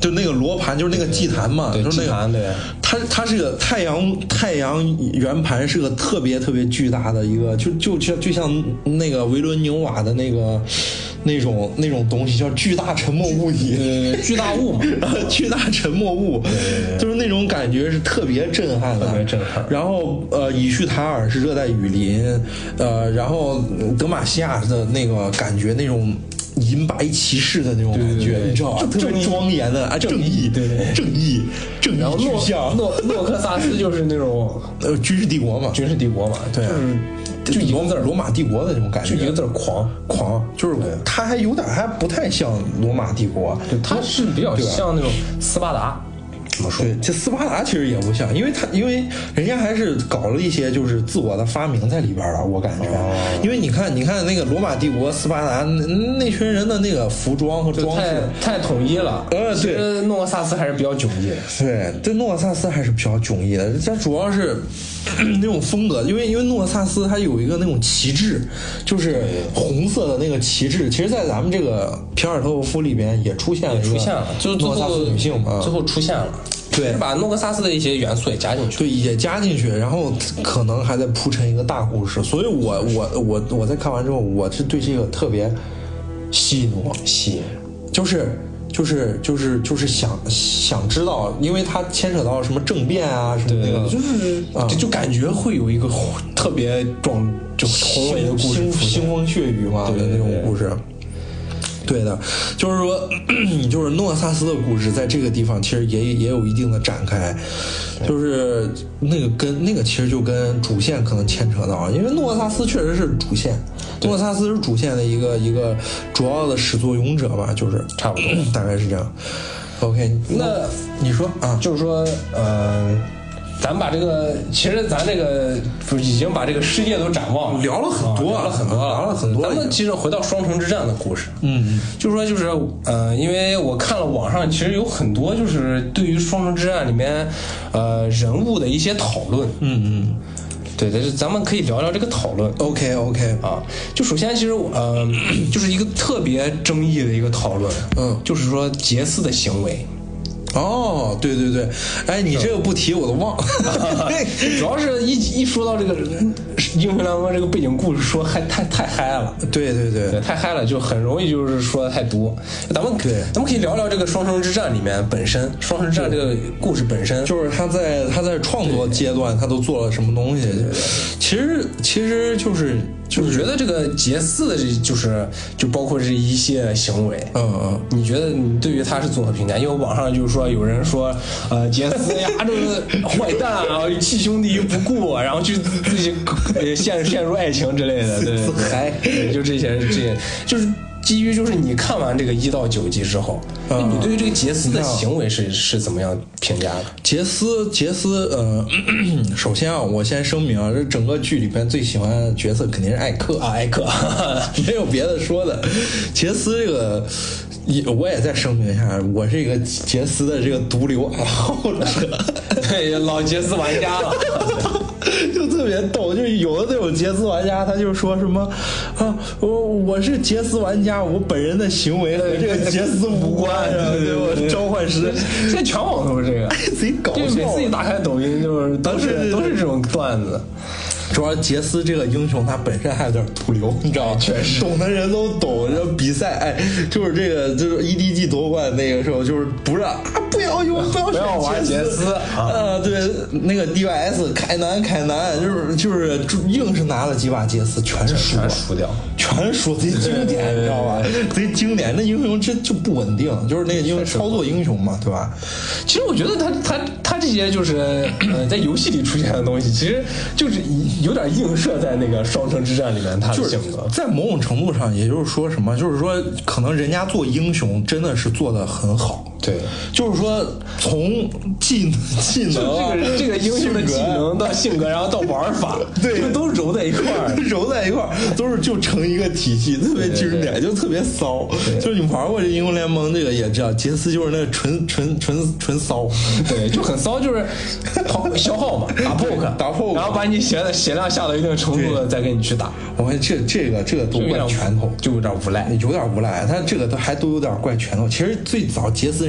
就那个罗盘，就是那个祭坛嘛， 对， 就是那个祭坛，对， 它它是个太阳太阳圆盘，是个特别特别巨大的一个，就就就就像那个维伦纽瓦的那个那种那种东西，叫巨大沉默物体， 呃，巨大物嘛， 巨大沉默物，就是那种感觉是特别震撼的， 特别震撼。 然后呃，以叙塔尔是热带雨林，呃，然后德玛西亚的那个感觉那种。银白骑士的那种感觉， 对对对， 你知道吧？特别庄严的啊，正义， 对对， 正义，正义具象。 诺诺克萨斯就是那种呃军事帝国嘛， 军事帝国嘛， 对， 就是就一个字罗马帝国的那种感觉， 就一个字狂狂，就是它还有点还不太像罗马帝国， 对，它是比较像那种斯巴达。怎么说？ 对，这斯巴达其实也不像，因为他因为人家还是搞了一些就是自我的发明在里边了，我感觉。哦、因为你看，你看那个罗马帝国斯巴达那群人的那个服装和装饰太太统一了。 呃，对， 诺克萨斯还是比较迥异的。 对，这诺克萨斯还是比较迥异的，它主要是那种风格，因为因为诺克萨斯它有一个那种旗帜，就是红色的那个旗帜，其实，在咱们这个皮尔特沃夫里边也出现了， 出现了，就是诺克萨斯女性嘛， 最后出现了。 对， 把诺克萨斯的一些元素也加进去， 对，也加进去，然后可能还在铺成一个大故事。所以我我我我在看完之后，我是对这个特别吸引我， 吸引， 就是就是就是就是想想知道，因为它牵扯到什么政变啊什么那个， 就是啊、就就感觉会有一个特别壮就宏伟的故事， 腥风血雨嘛的那种故事。对的，就是说，就是诺克萨斯的故事在这个地方其实也也有一定的展开，就是那个跟那个其实就跟主线可能牵扯到，因为诺克萨斯确实是主线，诺克萨斯是主线的一个一个主要的始作俑者吧，就是差不多， 大概是这样。OK， 那你说啊， 就是说，呃。咱把这个，其实咱这个不已经把这个世界都展望了， 聊了很多， 聊了很多了， 聊了很多。 咱们其实回到双城之战的故事， 嗯， 就是说，就是呃，因为我看了网上其实有很多就是对于双城之战里面呃人物的一些讨论， 嗯嗯。 对，但是咱们可以聊聊这个讨论。 OK OK 啊，就首先其实呃，就是一个特别争议的一个讨论， 嗯， 就是说杰斯的行为。 哦，对对对，哎，你这个不提我都忘了。 主要是一一说到这个英雄联盟这个背景故事，说嗨太太嗨了。 对对对， 对太嗨了，就很容易就是说的太多。咱们对， 咱们可以聊聊这个双城之战里面本身，双城之战这个故事本身， 就是他在他在创作阶段他都做了什么东西。 对对对， 其实其实就是就是你觉得这个杰斯的这就是就包括这一些行为， 嗯嗯， 你觉得你对于他是综合评价？因为网上就是说有人说，呃，杰斯呀这个坏蛋啊，弃兄弟于不顾，然后去自己陷陷入爱情之类的，对对对，就这些这些，就是基于就是你看完这个一到九集之后，嗯、你对于这个杰斯的行为是是怎么样评价的？ 杰斯杰斯，呃，首先啊，我先声明啊，这整个剧里边最喜欢的角色肯定是艾克啊，艾克， 没有别的说的。杰斯这个。也我也再声明一下，我是一个杰斯的这个毒瘤爱好者， 对，老杰斯玩家了， 就特别逗。就有的那种杰斯玩家，他就说什么啊，我我是杰斯玩家，我本人的行为和这个杰斯无关，对对我召唤师。 现在全网都是这个， 贼搞笑。 每次一打开抖音，就是都是都是这种段子。 主要杰斯这个英雄他本身还有点毒瘤，你知道吗？ 确实， 懂的人都懂。这比赛，哎，就是这个，就是 E D G 夺冠那个时候，就是不让啊，不要用，不要不要玩杰斯啊、 呃！对，那个 D Y S 凯南，凯南就是就是硬是拿了几把杰斯，全输了， 全输掉， 全输，贼经典，你知道吧？贼经典。那英雄真就不稳定，就是那个英雄操作英雄嘛，对吧？ 其实我觉得他他他这些就是呃在游戏里出现的东西，其实就是一。有点映射在那个双城之战里面，他的性格， 就是、在某种程度上，也就是说什么，就是说可能人家做英雄真的是做得很好。 对， 就是说从技技能、 啊，这个这个英雄的技能到性格，然后到玩法， 对， 都揉在一块儿， 揉在一块儿，都是就成一个体系，特别经典，就特别骚。就是你玩过这英雄联盟这个也知道，杰斯就是那纯纯纯纯骚， 对，就很骚，就是跑消耗嘛，打 poke， 打 poke， 然后把你血的血量下到一定程度了，再跟你去打。 我看这这个这个都怪拳头， 就有点无赖， 有点无赖。他这个都还都有点怪拳头。其实最早杰斯。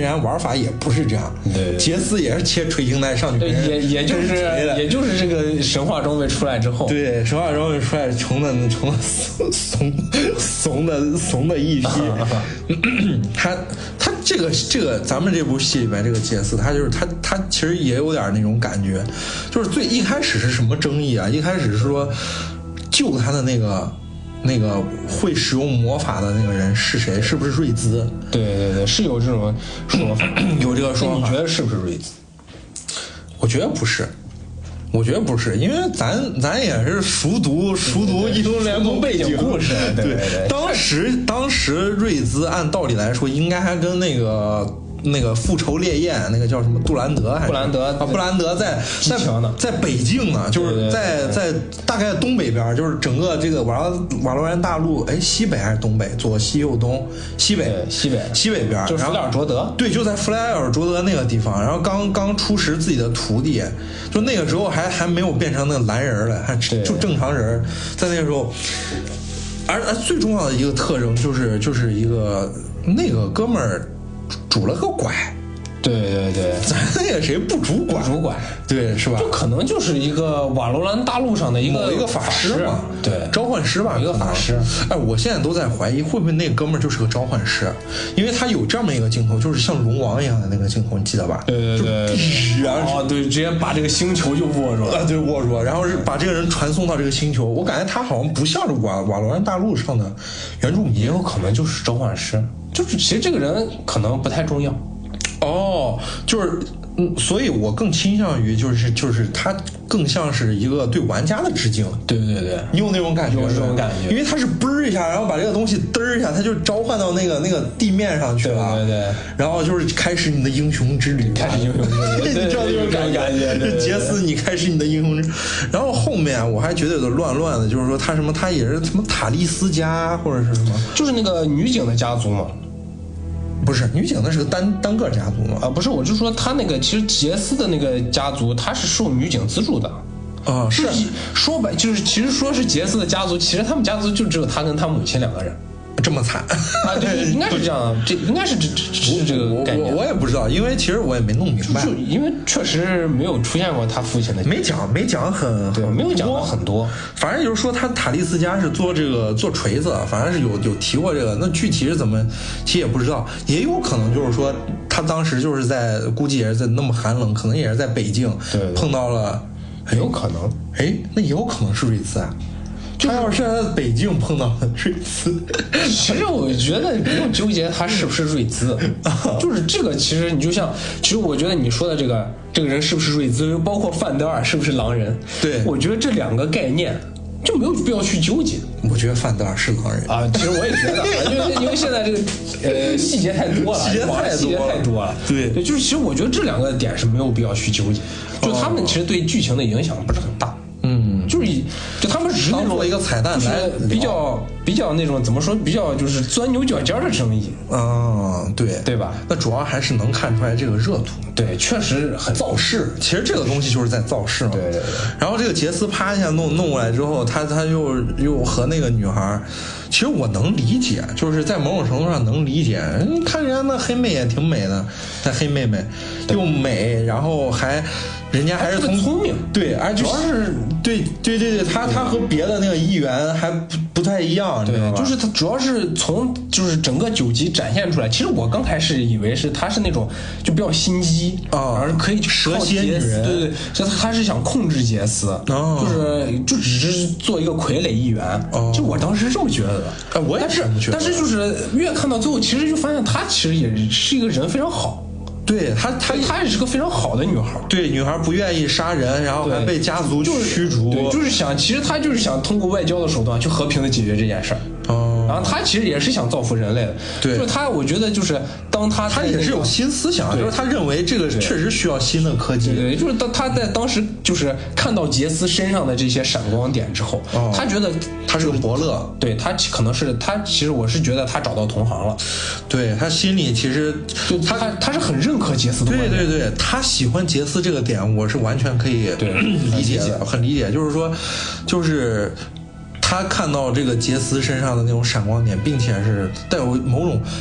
然玩法也不是这样。 对， 杰斯也是切锤形带上去， 对，也也就是也就是这个神话装备出来之后， 对，神话装备出来穷的穷的怂怂的怂的一批。他他这个这个咱们这部戏里面这个杰斯，他就是他他其实也有点那种感觉，就是最一开始是什么争议啊？一开始是说救他的那个。那个会使用魔法的那个人是谁？是不是瑞兹？ 对对对，是有这种说法， 有这个说法。 你觉得是不是瑞兹？ 我觉得不是，我觉得不是，因为咱咱也是熟读熟读英雄联盟背景故事，对对对。 当时当时瑞兹按道理来说应该还跟那个。那个复仇烈焰，那个叫什么杜兰德还是布兰德啊？布兰德在在在北境呢，就是在在大概东北边，就是整个这个瓦瓦罗兰大陆，哎，西北还是东北？左西右东，西北西北西北边， 就是弗莱尔卓德。 对，就在弗莱尔卓德那个地方，然后刚刚出食自己的徒弟，就那个时候还还没有变成那个蓝人了，还就正常人，在那个时候，而而最重要的一个特征就是就是一个那个哥们儿。拄了个拐， 对对对， 咱那个谁不拄拐， 不拄拐， 对是吧？ 就可能就是一个瓦罗兰大陆上的一个一个法师嘛， 对， 召唤师吧， 一个法师。 哎，我现在都在怀疑会不会那哥们儿就是个召唤师，因为他有这么一个镜头，就是像龙王一样的那个镜头，你记得吧？ 对对对，哦对，直接把这个星球就握住了， 啊对，握住了，然后是把这个人传送到这个星球。我感觉他好像不像是瓦瓦罗兰大陆上的原住民， 也有可能就是召唤师。就是其实这个人可能不太重要， 哦，就是嗯，所以我更倾向于就是就是他更像是一个对玩家的致敬。 对对对， 你有那种感觉？ 有这种感觉， 因为他是嘣一下，然后把这个东西嘚一下，他就召唤到那个那个地面上去了。 对对对， 然后就是开始你的英雄之旅， 开始英雄之旅， 你知道那种感觉？这杰斯，你开始你的英雄之旅。然后后面我还觉得有点乱乱的，就是说他什么，他也是什么塔利斯家或者是什么， 就是那个女警的家族嘛。 不是女警，那是个单单个家族嘛？ 啊，不是，我就说他那个其实杰斯的那个家族，他是受女警资助的。 啊，是说白就是其实说是杰斯的家族，其实他们家族就只有他跟他母亲两个人。 这么惨啊？对，应该是这样，这应该是这是这个概念。 我我也不知道，因为其实我也没弄明白， 就因为确实没有出现过他父亲的， 没讲没讲很对，没有讲很多。 反正就是说他塔利斯家是做这个做锤子，反正是有有提过这个，那具体是怎么，其实也不知道，也有可能就是说他当时就是在估计也是在那么寒冷，可能也是在北京碰到了， 有可能， 哎，那也有可能是瑞兹啊。他要是在北京碰到的瑞兹， 其实我觉得不用纠结他是不是瑞兹，就是这个其实你就像，其实我觉得你说的这个这个人是不是瑞兹，包括范德尔是不是狼人， 对， 我觉得这两个概念就没有必要去纠结。 我觉得范德尔是狼人啊，其实我也觉得，因为因为现在这个呃细节太多了， 细节太细节太多了， 对对，就是其实我觉得这两个点是没有必要去纠结，就他们其实对剧情的影响不是很大。 嗯， 就是就他们只是当做一个彩蛋来比较比较那种怎么说比较就是钻牛角尖的争议啊，对对吧？ 那主要还是能看出来这个热度， 对，确实很造势。其实这个东西就是在造势嘛。 对对对。 然后这个杰斯啪一下弄弄过来之后，他他又又和那个女孩，其实我能理解，就是在某种程度上能理解。你看人家那黑妹也挺美的，那黑妹妹又美，然后还。人家还是从聪明， 对，而主要是对对对对，他他和别的那个议员还不不太一样， 对，就是他主要是从就是整个九集展现出来。其实我刚开始以为是他是那种就比较心机啊， 而可以蛇蝎女人， 对对，所以他他是想控制杰斯， 哦、 就是就只是做一个傀儡议员， 哦、 就我当时是这么觉得的。 哎，我也是， 但是就是越看到最后，其实就发现他其实也是一个人非常好。 对她，她她也是个非常好的女孩。 对，女孩不愿意杀人，然后还被家族驱逐。 对，就是想，其实她就是想通过外交的手段去和平的解决这件事儿。 哦， 然后她其实也是想造福人类的。 对， 就是她，我觉得就是当她她也是有新思想，就是她认为这个确实需要新的科技。 对对，就是当她在当时就是看到杰斯身上的这些闪光点之后， 哦、 她觉得他是个伯乐。 对，她可能是她，其实我是觉得她找到同行了。 对，她心里其实就她她是很认可杰斯的。 对对对，她喜欢杰斯这个点，我是完全可以理解的，很理解。就是说，就是他看到这个杰斯身上的那种闪光点，并且是带有某种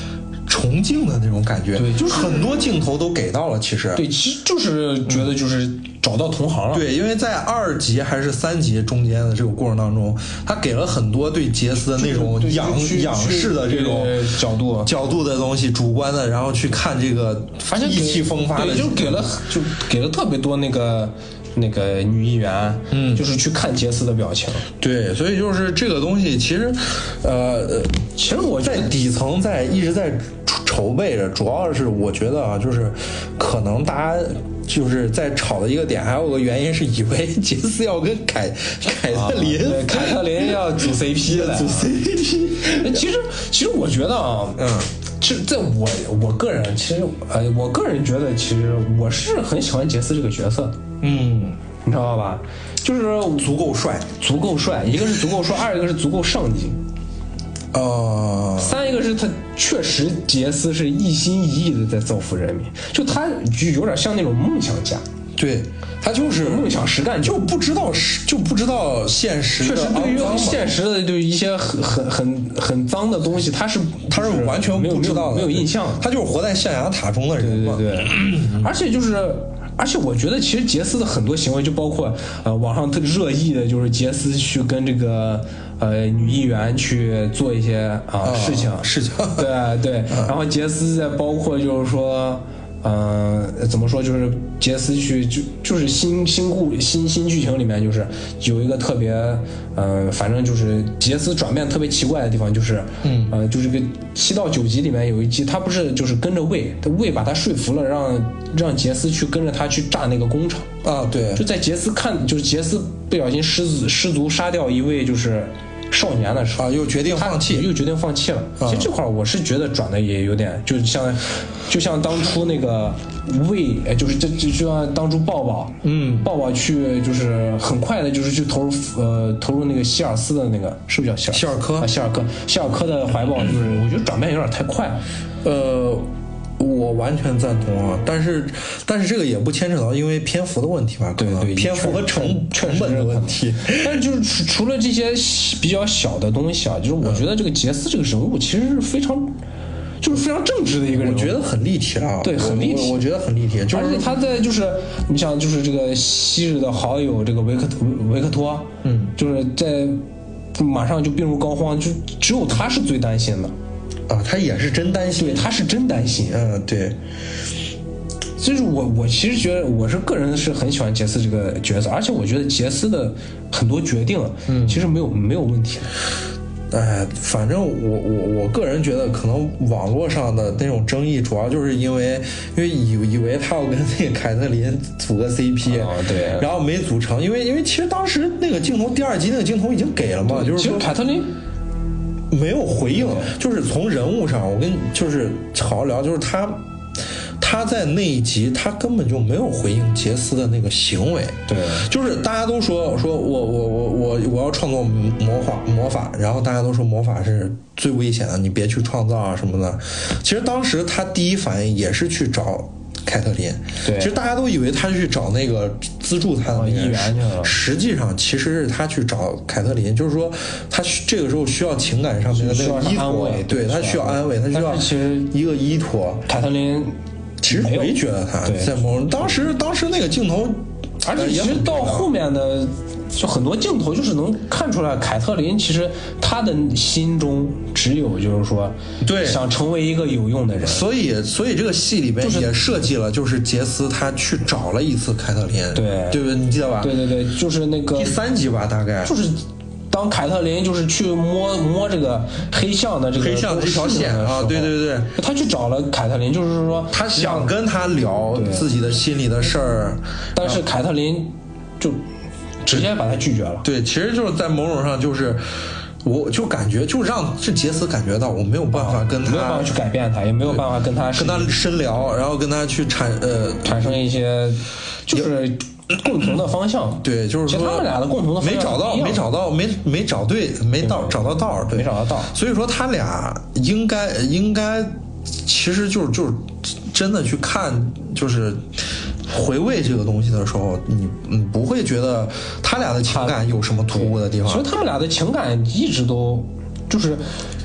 重镜的那种感觉， 对，就是很多镜头都给到了。其实对，其实就是觉得就是找到同行了。 对，因为在二集还是三集中间的这个过程当中，他给了很多对杰斯的那种仰仰视的这种角度角度的东西，主观的，然后去看这个意气风发的， 对，就给了就给了特别多那个。那个女议员， 嗯， 就是去看杰斯的表情， 对，所以就是这个东西，其实，呃， 其实我在底层在一直在筹备着，主要是我觉得啊，就是可能大家就是在吵的一个点，还有个原因是以为杰斯要跟凯凯特琳， 啊、对凯特琳要组 C P 了， 组 C P。 其实，其实我觉得啊， 嗯。 其实，在我我个人，其实呃，我个人觉得，其实我是很喜欢杰斯这个角色， 嗯， 你知道吧？就是足够帅， 足够帅，一个是足够帅，二一个是足够上进， 呃， 三一个是他确实杰斯是一心一意的在造福人民，就他就有点像那种梦想家。 对，他就是梦想实干， 就不知道就不知道现实的， 确实对于现实的对一些很很很很脏的东西，他是他是完全不知道的， 没有印象， 他就是活在象牙塔中的人嘛。 对对对，而且就是。而且我觉得，其实杰斯的很多行为，就包括呃网上特热议的，就是杰斯去跟这个呃女议员去做一些啊、呃、事情事情， 对对。然后杰斯在包括就是说。嗯、呃，怎么说？就是杰斯去就就是新新故新新剧情里面，就是有一个特别，呃，反正就是杰斯转变特别奇怪的地方，就是嗯呃，就是个七到九集里面有一集，他不是就是跟着魏，魏把他说服了，让让杰斯去跟着他去炸那个工厂啊，对， 就在杰斯看，就是杰斯不小心失失足杀掉一位就是少年的时候啊，又决定放弃， 又决定放弃了。 啊、 其实这块我是觉得转的也有点，就像。就像当初那个魏，就是这就就像当初抱抱， 嗯， 抱抱去就是很快的，就是去投入呃投入那个希尔斯的那个是不是叫希尔希尔科啊？希尔科，希尔科的怀抱，就是我觉得转变有点太快了， 呃。我完全赞同啊，但是但是这个也不牵扯到因为篇幅的问题吧？ 对对， 篇幅和成成本的问题。 但是就是除除了这些比较小的东西啊，就是我觉得这个杰斯这个人物其实是非常，就是非常正直的一个人物， 我觉得很立体啊， 对，很立体我，我觉得很立体。就是、 而且他在就是你像就是这个昔日的好友这个维克维克托， 嗯， 就是在马上就病入膏肓，就只有他是最担心的。 啊，他也是真担心， 对，他是真担心， 嗯，对。 就是我，我其实觉得我是个人是很喜欢杰斯这个角色，而且我觉得杰斯的很多决定， 嗯， 其实没有没有问题。 哎，反正我我我个人觉得，可能网络上的那种争议，主要就是因为因为以以为他要跟那个凯特琳组个 C P， 哦对， 然后没组成，因为因为其实当时那个镜头第二集那个镜头已经给了嘛，就是说其实凯特琳。 没有回应，就是从人物上，我跟就是好好聊，就是他，他在那一集他根本就没有回应杰斯的那个行为， 对， 就是大家都说说我我我我我要创作魔法魔法，然后大家都说魔法是最危险的，你别去创造啊什么的。其实当时他第一反应也是去找凯特琳， 对， 其实大家都以为他去找那个资助他的那个议员去了， 实际上其实是他去找凯特琳，就是说他这个时候需要情感上面的那个依托，对，他需要安慰，他需要其实一个依托。 凯特琳其实回绝了他，在某当时当时那个镜头， 而且其实到后面的。就很多镜头就是能看出来，凯特琳其实她的心中只有就是说， 对， 想成为一个有用的人。 所以，所以这个戏里边也设计了，就是杰斯他去找了一次凯特琳， 对， 对不对？你记得吧？ 对对对，就是那个第三集吧，大概就是。当凯特琳就是去摸摸这个黑象的这个黑象这条线啊，对对对， 他去找了凯特琳，就是说他想跟他聊自己的心里的事儿， 但是凯特琳就直接把他拒绝了。 对，其实就是在某种上就是。我就感觉，就让这杰斯感觉到我没有办法跟他， 没有办法去改变他，也没有办法跟他跟他深聊，然后跟他去产呃产生一些就是共同的方向。 对，就是说其实他们俩的共同的方向没找到，没找到，没没找对，没到找到道，对， 没找到道。 所以说他俩应该应该，其实就是就是真的去看，就是回味这个东西的时候，你嗯不会觉得他俩的情感有什么突兀的地方。 其实他们俩的情感一直都就是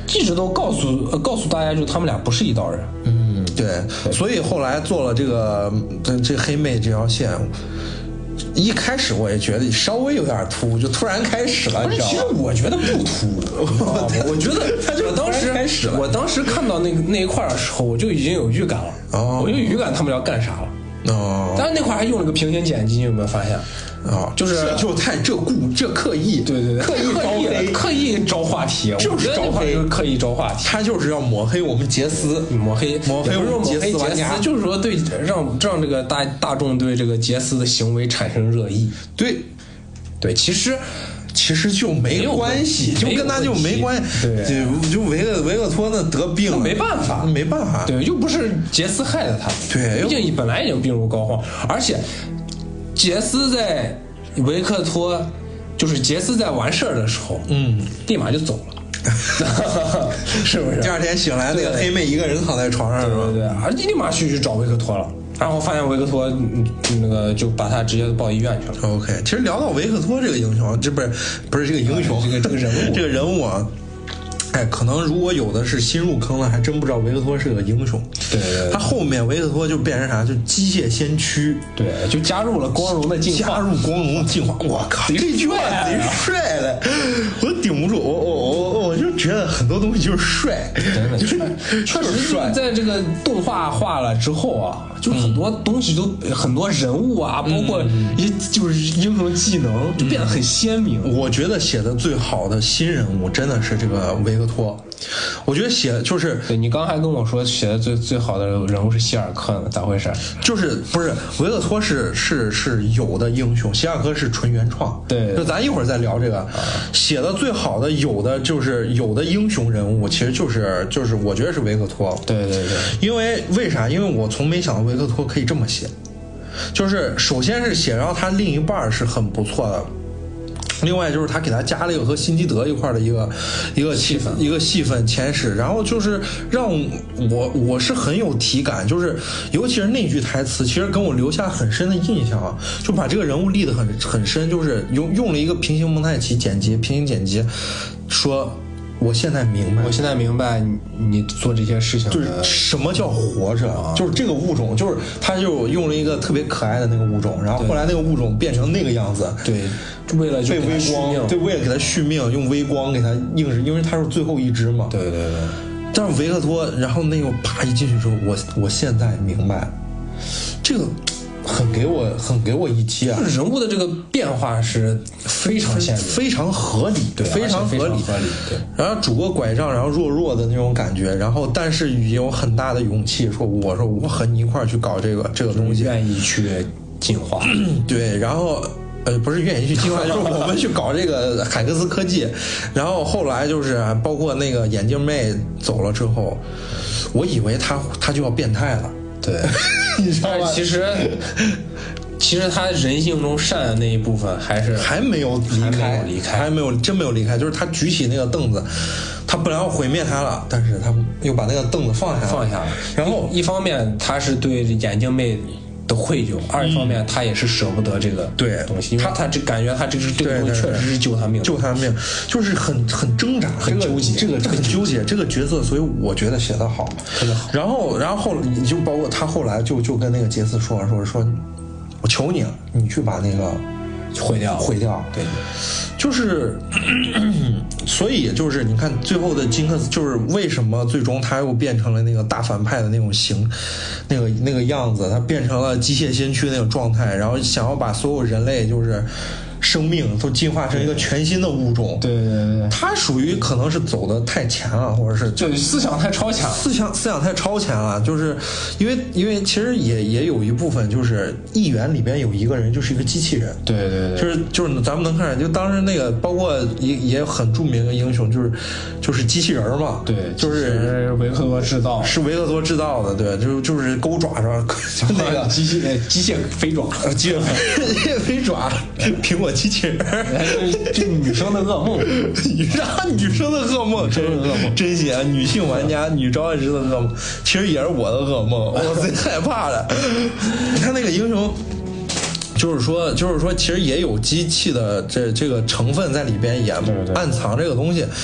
一直都告诉、呃、告诉大家，就他们俩不是一道人。 嗯，对，对，所以后来做了这个这这黑妹这条线。一开始我也觉得稍微有点突，就突然开始了。 其实我觉得不突，我觉得他就当时开始了。 我当时看到那个那一块的时候，我就已经有预感了，哦、我就预感他们要干啥了。 哦， 但是那块还用了个平行剪辑，你有没有发现？ 啊、哦， 就是就太这故这刻意， 对对对， 刻意招黑， 刻意招话题， 就是招黑， 就是刻意招话题， 他就是要抹黑我们杰斯， 抹黑抹黑我们杰斯玩家， 就是说对让让这个大大众对这个杰斯的行为产生热议。 对， 对，其实。 其实就没关系，就跟他就没关系。 对， 就就维厄维厄托那得病了， 没办法， 没办法。 对，又不是杰斯害的他， 对， 毕竟本来已经病入膏肓，而且杰斯在维克托，就是杰斯在完事儿的时候， 嗯， 立马就走了。是不是？ 第二天醒来，那个黑妹一个人躺在床上， 对对对，而且立马去去找维克托了。然后发现维克托，那个就把他直接抱医院去了。 OK， 其实聊到维克托这个英雄，这不是不是这个英雄， 这个这个人物， 这个人物啊，哎，可能如果有的是新入坑的，还真不知道维克托是个英雄。 对对对， 他后面维克托就变成啥？就机械先驱， 对，就加入了光荣的进化， 加入光荣的进化。我靠，这句话贼帅了，我顶不住，我我我我就觉得很多东西就是帅， 真的就是确实帅。在这个动画化了之后啊，就很多东西都、嗯、很多人物啊，包括一些就是英雄技能，就变得很鲜明。 我觉得写的最好的新人物真的是这个维克托。我觉得写就是对你刚刚还跟我说写的最最好的人物是希尔克呢，咋回事？ 就是不是维克托是是是有的英雄，希尔克是纯原创。 对， 就咱一会儿再聊这个、啊、写的最好的有的就是有的英雄人物，其实就是就是我觉得是维克托。 对对对， 因为为啥？因为我从没想到维克托可以这么写，就是首先是写，然后他另一半是很不错的。另外就是他给他加了一个和辛基德一块的一个一个戏份一个戏份前史，然后就是让我我是很有体感，就是尤其是那句台词，其实给我留下很深的印象啊，就把这个人物立得很很深，就是用用了一个平行蒙太奇剪辑，平行剪辑，说我现在明白， 我现在明白你你做这些事情就是什么叫活着、啊，就是这个物种，就是他就用了一个特别可爱的那个物种，然后后来那个物种变成那个样子， 对。为了被微光，对，为了给他续命，用微光给他硬是，因为他是最后一只嘛。 对对对。 但是维克托，然后那个啪一进去之后，我我现在明白，这个很给我很给我一击啊！ 人物的这个变化是非常鲜明， 非常合理， 对， 非常合理， 合理。对。 然后拄个拐杖，然后弱弱的那种感觉，然后但是有很大的勇气，说我说我和你一块儿去搞这个这个东西， 愿意去进化。 对，然后。呃，不是愿意去进化，就是我们去搞这个海克斯科技，然后后来就是包括那个眼镜妹走了之后，我以为他他就要变态了， 对， 你知道吗？ 其实其实他人性中善的那一部分还是还没有离开， 离开， 还没有真没有离开，就是他举起那个凳子，他本来要毁灭他了，但是他又把那个凳子放下了， 放下了。 然后一方面他是对眼镜妹的愧疚，二一方面他也是舍不得这个对东西，因为他他这感觉他这个这个东西确实是救他命， 救他命，就是很很挣扎， 很纠结， 这个很纠结这个角色，所以我觉得写得好， 特别好。 然后然后后你就包括他后来就就跟那个杰斯说说说，我求你了，你去把那个毁掉毁掉， 对， 就是所以就是你看最后的金克斯，就是为什么最终他又变成了那个大反派的那种形，那个那个样子，他变成了机械先驱那种状态，然后想要把所有人类就是生命都进化成一个全新的物种。 对对对， 他属于可能是走的太前了，或者是就思想太超前了， 思想思想太超前了。就是因为因为其实也也有一部分就是议员里边有一个人就是一个机器人。 对对对， 就是就是咱们能看见，就当时那个包括也也很著名的英雄，就是就是机器人嘛。 对， 就是维克多制造， 是维克多制造的。对，就就是钩爪是吧？就那个机械机械飞爪， 机械飞飞爪，苹果机器人， 这女生的噩梦， 女生女生的噩梦， 真是噩梦， 真写女性玩家女召唤师的噩梦，其实也是我的噩梦，我贼害怕的。你看那个英雄。就是说，就是说，其实也有机器的这这个成分在里边，也暗藏这个东西。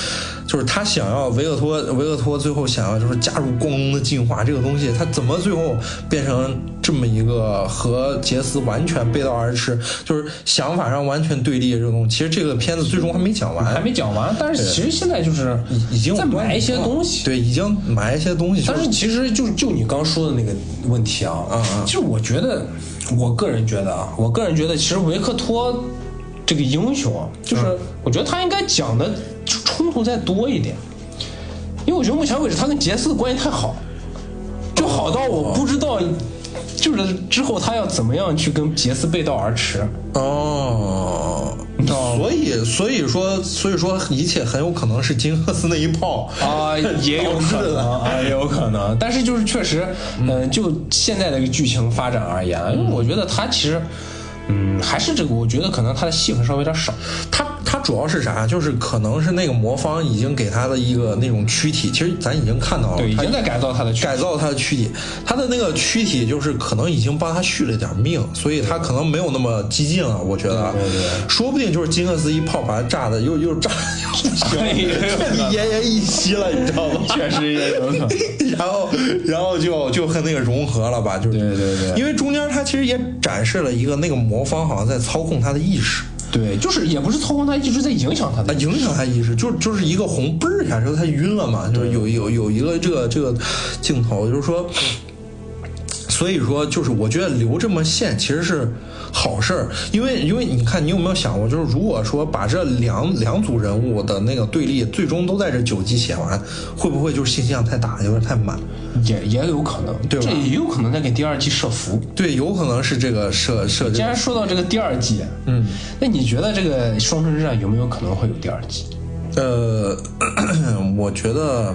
就是他想要维克托，维克托最后想要就是加入光荣的进化这个东西，他怎么最后变成这么一个和杰斯完全背道而驰，就是想法上完全对立的这个东西。其实这个片子最终还没讲完， 还没讲完，但是其实现在就是已经在埋一些东西， 对，已经埋一些东西。 但是其实就就你刚说的那个问题啊，嗯嗯，其实我觉得，我个人觉得啊，我个人觉得，其实维克托这个英雄啊，就是我觉得他应该讲的冲突再多一点，因为我觉得目前为止他跟杰斯的关系太好，就好到我不知道，就是之后他要怎么样去跟杰斯背道而驰。 哦，所以所以说所以说一切很有可能是金克斯那一炮啊，也有可能啊，也有可能。但是就是确实，嗯、呃，就现在的一个剧情发展而言，因为我觉得他其实。嗯，还是这个，我觉得可能他的戏份稍微有点少。 他他主要是啥？就是可能是那个魔方已经给他的一个那种躯体，其实咱已经看到了， 对，已经在改造他的躯体改造他的躯体，他的那个躯体就是可能已经帮他续了点命，所以他可能没有那么激进了。我觉得， 对对对， 说不定就是金克斯一炮把他炸的又又炸又彻底奄奄一息了，你知道吗？ 确实也有可能。 然后然后就就和那个融合了吧，就是对对对， 因为中间他其实也展示了一个那个魔方好像在操控他的意识。 对，就是也不是操控他，一直在影响他的， 影响他意识，就就是一个红嘣儿一下之后他晕了嘛，就是有有有一个这个这个镜头，就是说，所以说就是我觉得留这么线其实是好事儿，因为因为你看你有没有想过，就是如果说把这两两组人物的那个对立最终都在这九集写完，会不会就是信息量太大，有点太满？ 也也有可能， 对吧？ 这也有可能在给第二季设伏。 对，有可能是这个设设。 既然说到这个第二季， 嗯， 那你觉得这个双城之战有没有可能会有第二季？ 呃，我觉得，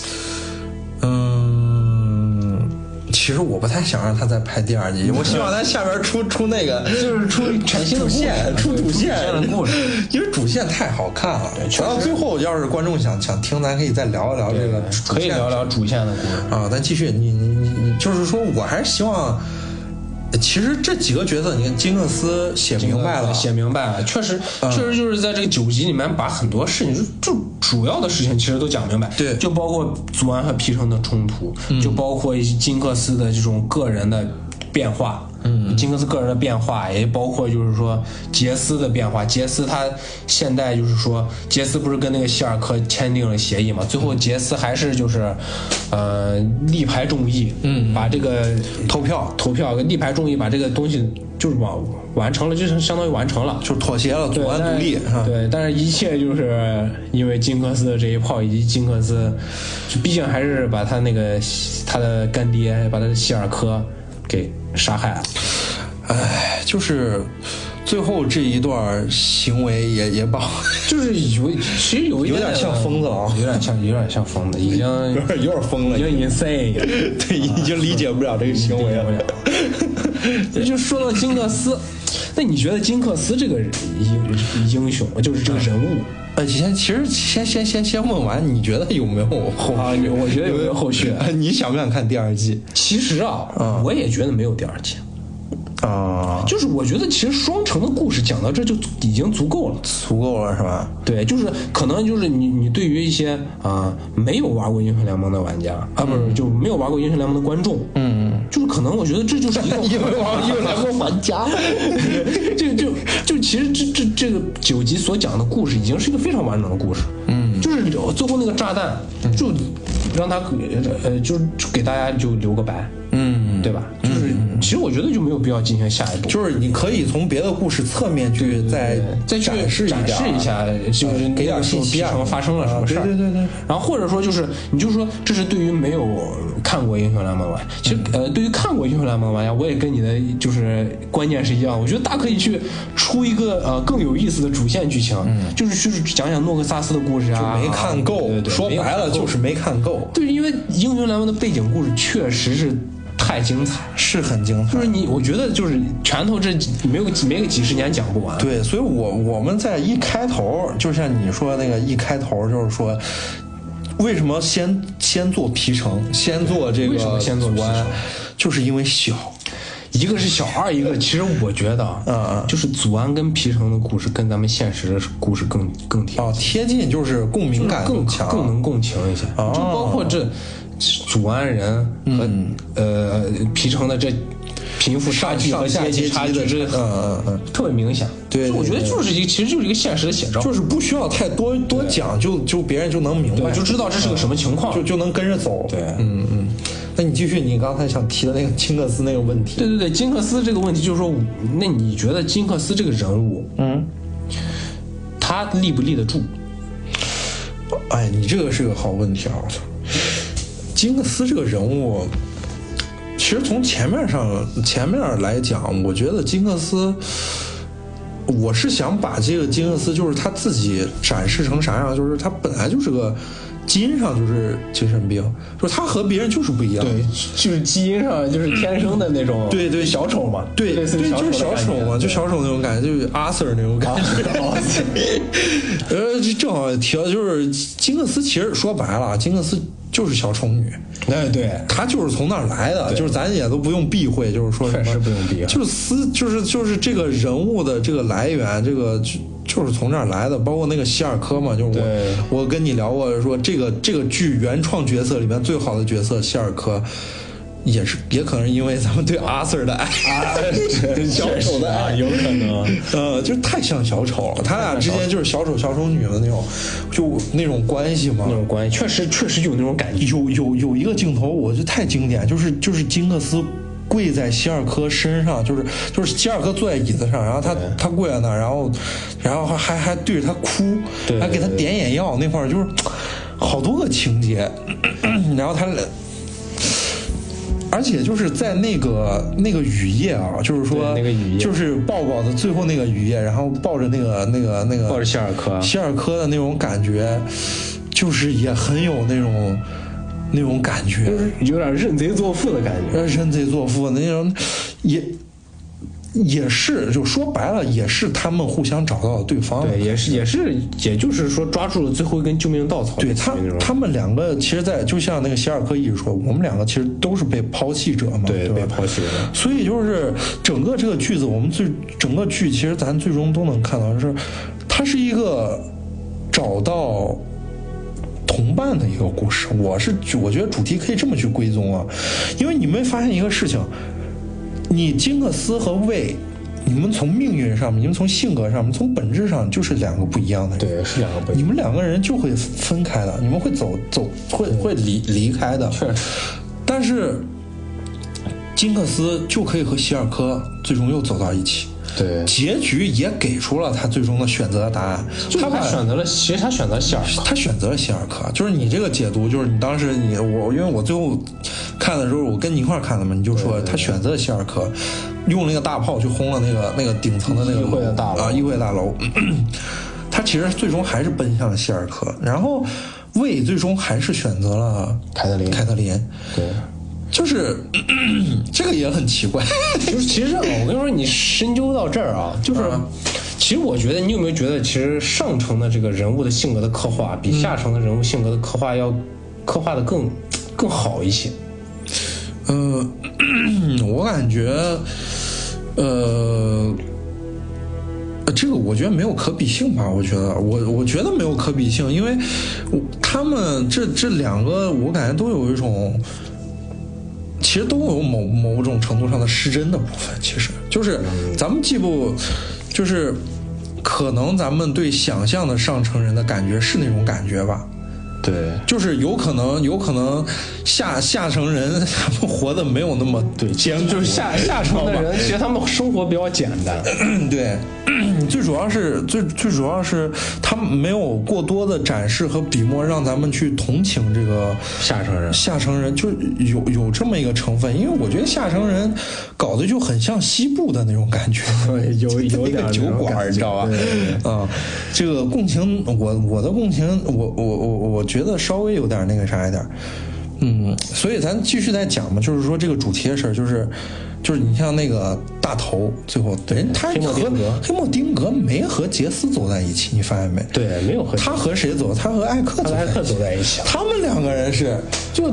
嗯，其实我不太想让他再拍第二季，我希望他下边出出那个， 就是出全新的主线，出主线的故事， 因为主线太好看了。对，到最后要是观众想想听，咱可以再聊一聊这个， 可以聊聊主线的故事啊。咱继续，你你你你，就是说我还是希望。其实这几个角色，你看金克斯写明白了， 写明白了，确实， 嗯、 确实就是在这个九集里面把很多事情，就就主要的事情其实都讲明白。 对， 就包括祖安和皮城的冲突，嗯、就包括金克斯的这种个人的变化。嗯，金克斯个人的变化，也包括就是说杰斯的变化。杰斯他现在就是说，杰斯不是跟那个希尔克签订了协议嘛？最后杰斯还是就是，呃，力排众议， 嗯， 把这个投票投票跟力排众议把这个东西就是完完成了，就是相当于完成了， 就是妥协了，祖安独立。 对，但是一切就是因为金克斯的这一炮，以及金克斯，毕竟还是把他那个他的干爹，把他的希尔科给杀害了。 哎，就是最后这一段行为也也把， 就是有其实有一点有点像疯子了啊， 有点像有点像疯子，已经有点有点疯了， 已经 insane， 对，已经理解不了这个行为了。 就说到金克斯，那你觉得金克斯这个英英雄，就是这个人物？ 呃，先其实先先先先问完，你觉得有没有后续？ 啊，我觉得有没有后续？ 你想不想看第二季？ 其实啊，嗯、我也觉得没有第二季。 啊， 就是我觉得其实双城的故事讲到这就已经足够了， 足够了是吧？ 对，就是可能就是你你对于一些啊、呃、没有玩过英雄联盟的玩家啊，不是就没有玩过英雄联盟的观众， 嗯嗯， 就是可能我觉得这就是一个因为玩过英雄联盟玩家， 这就就其实这这这个九集所讲的故事已经是一个非常完整的故事， 嗯， 就是最后那个炸弹就让他呃就是给大家就留个白。 嗯， 对吧？就是、嗯、其实我觉得就没有必要进行下一步， 就是你可以从别的故事侧面去再再展示展示一下，就是给点信息啊，发生了什么事儿、啊？ 对对对对。 然后或者说就是你就说这是对于没有看过英雄联盟玩，其实、嗯、呃对于看过英雄联盟玩家，我也跟你的就是观念是一样，我觉得大可以去出一个呃更有意思的主线剧情，嗯、就是去讲讲诺克萨斯的故事啊， 就没看够， 对对对， 说白了就是没看够。 对，因为英雄联盟的背景故事确实是。太精彩， 是很精彩。 就是你，我觉得就是拳头这没有没个几十年讲不完。 对，所以我我们在一开头，就像你说那个一开头，就是说，为什么先先做皮城，先做这个为什么先做完，就是因为小。 一个是小二，一个其实我觉得啊， 嗯就是祖安跟皮城的故事跟咱们现实的故事更更贴哦贴近，就是共鸣感更强， 更能共情一些。 哦、 就包括这祖安人和、嗯、呃皮城的这贫富差距和阶级差距，这嗯嗯嗯特别明显。 对， 我觉得就是一个，其实就是一个现实的写照， 就是不需要太多多讲，就就别人就能明白， 就知道这是个什么情况， 就就能跟着走。 对， 嗯嗯。那你继续，你刚才想提的那个金克斯那个问题。 对对对，金克斯这个问题就是说，那你觉得金克斯这个人物， 嗯， 他立不立得住？ 哎，你这个是个好问题啊！金克斯这个人物，其实从前面上前面来讲，我觉得金克斯，我是想把这个金克斯就是他自己展示成啥样，就是他本来就是个。基因上就是精神病，就是他和别人就是不一样， 对，就是基因上就是天生的那种， 对对， 小丑嘛， 对对，就是小丑嘛，就小丑那种感觉，就是阿 Sir 那种感觉。呃，正好提到就是金克斯，其实说白了，金克斯就是小丑女， 哎对， 他就是从那儿来的，就是咱也都不用避讳，就是说确实不用避讳， 就是斯就是就是这个人物的这个来源，这个就。就是从这儿来的，包括那个希尔科嘛，就是我我跟你聊过，说这个这个剧原创角色里面最好的角色希尔科，也是也可能是因为咱们对阿 Sir 的爱， 啊、小丑的爱，有可能， 呃，就是太像小丑了，他俩之间就是小丑小丑女的那种，就那种关系嘛， 那种关系确实确实有那种感觉， 有有有一个镜头，我觉得太经典，就是就是金克斯。跪在希尔科身上，就是就是希尔科坐在椅子上，然后他他跪在那儿，然后然后还还对着他哭，还给他点眼药那块儿，就是好多个情节，然后他，而且就是在那个那个雨夜啊，就是说那个雨夜， 就是抱抱的最后那个雨夜，然后抱着那个那个那个抱着希尔科， 希尔科的那种感觉，就是也很有那种。那种感觉， 就是有点认贼作父的感觉， 认贼作父的那种，也也是，就说白了，也是他们互相找到了对方。 对，也是，也是，也就是说抓住了最后一根救命稻草。 对他，他们两个其实在，在就像那个希尔科一直说，我们两个其实都是被抛弃者嘛， 对， 对被抛弃者。 所以就是整个这个句子，我们最整个剧其实咱最终都能看到，就是它是一个找到。同伴的一个故事，我是我觉得主题可以这么去归宗啊，因为你们发现一个事情，你金克斯和魏，你们从命运上面，你们从性格上面，从本质上就是两个不一样的人， 对，是两个不一样。 你们两个人就会分开的，你们会走走，会会离离开的， 确实。 但是金克斯就可以和希尔科最终又走到一起。 对， 结局也给出了他最终的选择的答案。 他他选择了，其实他选择希尔科， 他选择了希尔科。就是你这个解读，就是你当时你我，因为我最后看的时候，我跟你一块看的嘛，你就说他选择了希尔科，用那个大炮去轰了那个那个顶层的那个议会的大楼啊，议会大楼。他其实最终还是奔向了希尔科，然后魏最终还是选择了凯特琳。 凯特琳， 对。 就是咳咳这个也很奇怪， 就是其实啊，我跟你说，你深究到这儿啊，就是，嗯、其实我觉得你有没有觉得，其实上层的这个人物的性格的刻画，比下层的人物性格的刻画要刻画的更更好一些。 呃，我感觉，呃。这个我觉得没有可比性吧，我觉得我我觉得没有可比性，因为他们这这两个我感觉都有一种。其实都有某某种程度上的失真的部分，其实就是咱们既不就是可能咱们对想象的上层人的感觉是那种感觉吧， 对， 就是有可能有可能下下层人他们活得没有那么对艰苦，就是下下层的人其实他们生活比较简单， 对，最主要是最最主要是他们没有过多的展示和笔墨让咱们去同情这个下层人， 下层人就有有这么一个成分，因为我觉得下层人搞得就很像西部的那种感觉， 有有点酒馆，你知道吧？啊，这个共情，我我的共情，我我我我觉得稍微有点那个啥一点。嗯，所以咱继续再讲嘛，就是说这个主题的事儿，就是就是你像那个大头，最后对他和黑莫丁格没和杰斯走在一起，你发现没？ 对，没有和他和谁走？他和艾克走在一起。 艾克走在一起。 他们两个人是就他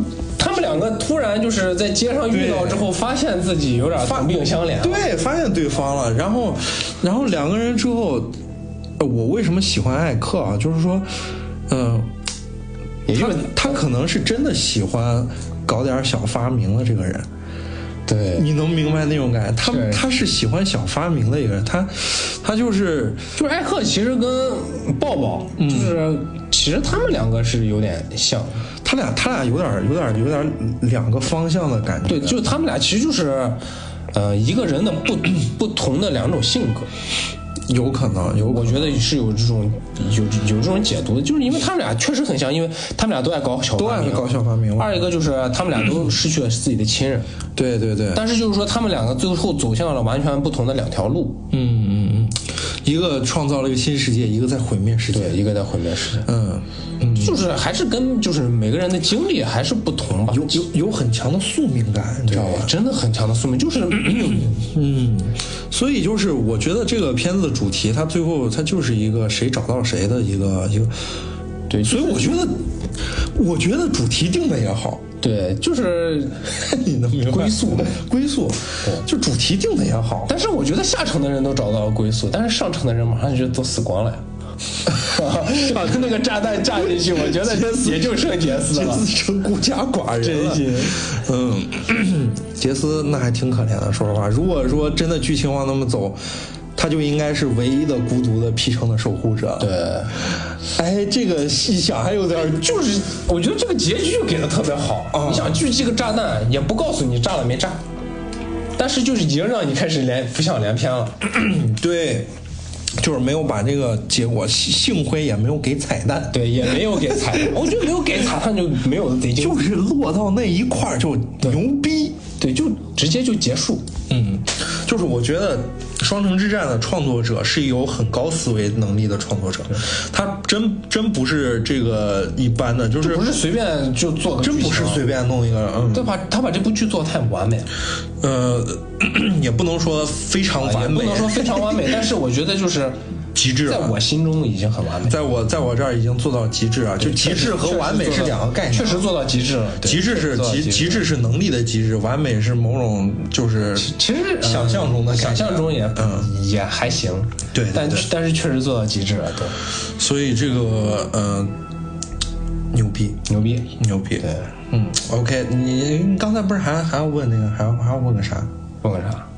他们两个突然就是在街上遇到之后，发现自己有点同病相怜， 对，发现对方了，然后，然后两个人之后，我为什么喜欢艾克啊？就是说，嗯、呃，也就是他可能是真的喜欢搞点小发明的这个人。 对， 你能明白那种感觉？他他是喜欢小发明的一个人，他他就是就是艾克，其实跟抱抱，嗯、就是其实他们两个是有点像， 他俩他俩有点有点有点两个方向的感觉。 对，就他们俩其实就是呃一个人的不不同的两种性格。 有可能，有可能我觉得是有这种有有这种解读的，就是因为他们俩确实很像，因为他们俩都爱搞小发明， 都爱搞小发明。 二一个就是他们俩都失去了自己的亲人， 对对对。 但是就是说，他们两个最后走向了完全不同的两条路。 嗯嗯嗯，一个创造了一个新世界，一个在毁灭世界， 对，一个在毁灭世界。 嗯。 嗯，就是还是跟就是每个人的经历还是不同吧， 有有有很强的宿命感，你知道吧？ 真的很强的宿命，就是嗯，所以就是我觉得这个片子的主题，它最后它就是一个谁找到谁的一个一个， 对， 所以我觉得我觉得主题定的也好， 对，就是你能明白归宿， 归宿，就主题定的也好， 但是我觉得下层的人都找到了归宿，但是上层的人马上就都死光了呀。啊，那个炸弹炸进去，我觉得也就剩杰斯了， 杰斯成孤家寡人了。嗯，杰斯那还挺可怜的，说实话。如果说真的剧情往那么走，他就应该是唯一的孤独的 P 城的守护者。 对， 哎，这个细想还有点， 就是我觉得这个结局给的特别好。啊、你想，就这个炸弹也不告诉你炸了没炸，但是就是已经让你开始连浮想联翩了。 对。就是没有把这个结果，幸亏也没有给彩蛋， 对，也没有给彩蛋。我觉得没有给彩蛋就没有贼精， 就是落到那一块就牛逼， 对，就直接就结束。 嗯，就是我觉得《双城之战》的创作者是有很高思维能力的创作者，他真真不是这个一般的，就是就不是随便就做个剧情， 真不是随便弄一个，嗯， 对吧？他把这部剧做得太完美了， 呃，也不能说非常完美， 也不能说非常完美，但是我觉得就是极致， 在我心中已经很完美， 在我在我这儿已经做到极致啊！就极致和完美是两个概念， 确实做到极致了。 极致是极极致是能力的极致，完美是某种就是其实想象中的想象中也嗯也还行， 对， 但但是确实做到极致了，对。 所以这个呃牛逼牛逼牛逼， 对， 嗯 ，OK， 你你刚才不是还还要问那个还要还要问个啥？ 问个啥？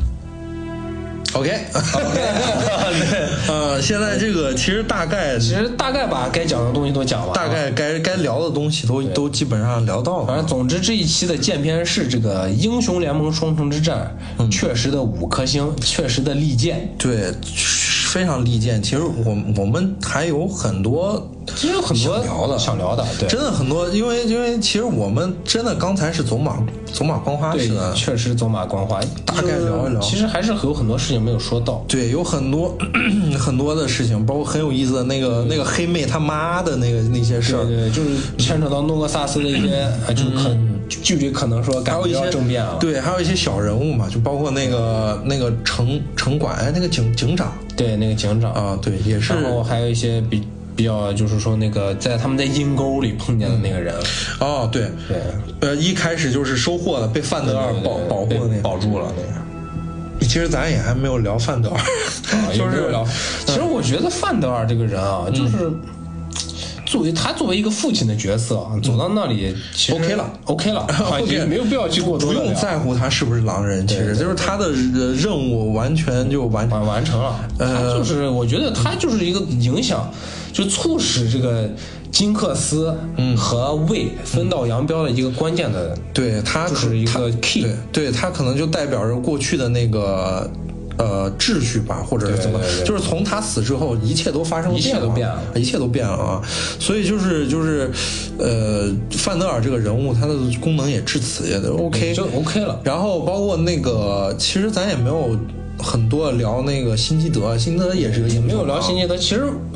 OK OK 呃，现在这个其实大概其实大概把该讲的东西都讲完了， 大概该该聊的东西都都基本上聊到了。 反正总之这一期的荐片是这个英雄联盟双城之战，嗯、确实的五颗星，确实的利剑， 对，非常利剑。其实我我们还有很多。 其实有很多想聊的， 想聊的，对， 真的很多，因为因为其实我们真的刚才是走马走马观花似的， 确实走马观花， 大概聊一聊。 其实还是有很多事情没有说到， 对，有很多很多的事情，包括很有意思的那个那个黑妹他妈的那个那些事儿， 对对，就是牵扯到诺克萨斯的一些，嗯、就可距离可能说感觉要争辩了， 对，还有一些小人物嘛，就包括那个那个城城管，哎，那个警警长， 对，那个警长啊，对，也是， 然后还有一些比。比较就是说那个在他们在阴沟里碰见的那个人， 嗯、哦对对， 呃一开始就是收获了被范德尔保保护的那个保住了那个。 其实咱也还没有聊范德尔， 啊、就是聊。其实我觉得范德尔这个人啊，嗯、就是作为他作为一个父亲的角色，嗯、走到那里其实 OK 了 ，OK 了，OK， 没有必要去过多， 不用在乎他是不是狼人，其实就是他的任务完全就完完完成了。呃，他就是我觉得他就是一个影响。就促使这个金克斯和魏分道扬镳的一个关键的， 对他就是一个 key， 对，对他可能就代表着过去的那个呃秩序吧，或者是怎么， 对对对， 就是从他死之后，一切都发生了变化， 一切都变了， 一切都变了啊！所以就是就是呃，范德尔这个人物，他的功能也至此也都 OK， 就 OK 了。 然后包括那个，其实咱也没有。很多聊那个辛基德，辛基德也是个英雄、啊， 也没有聊辛基德。其实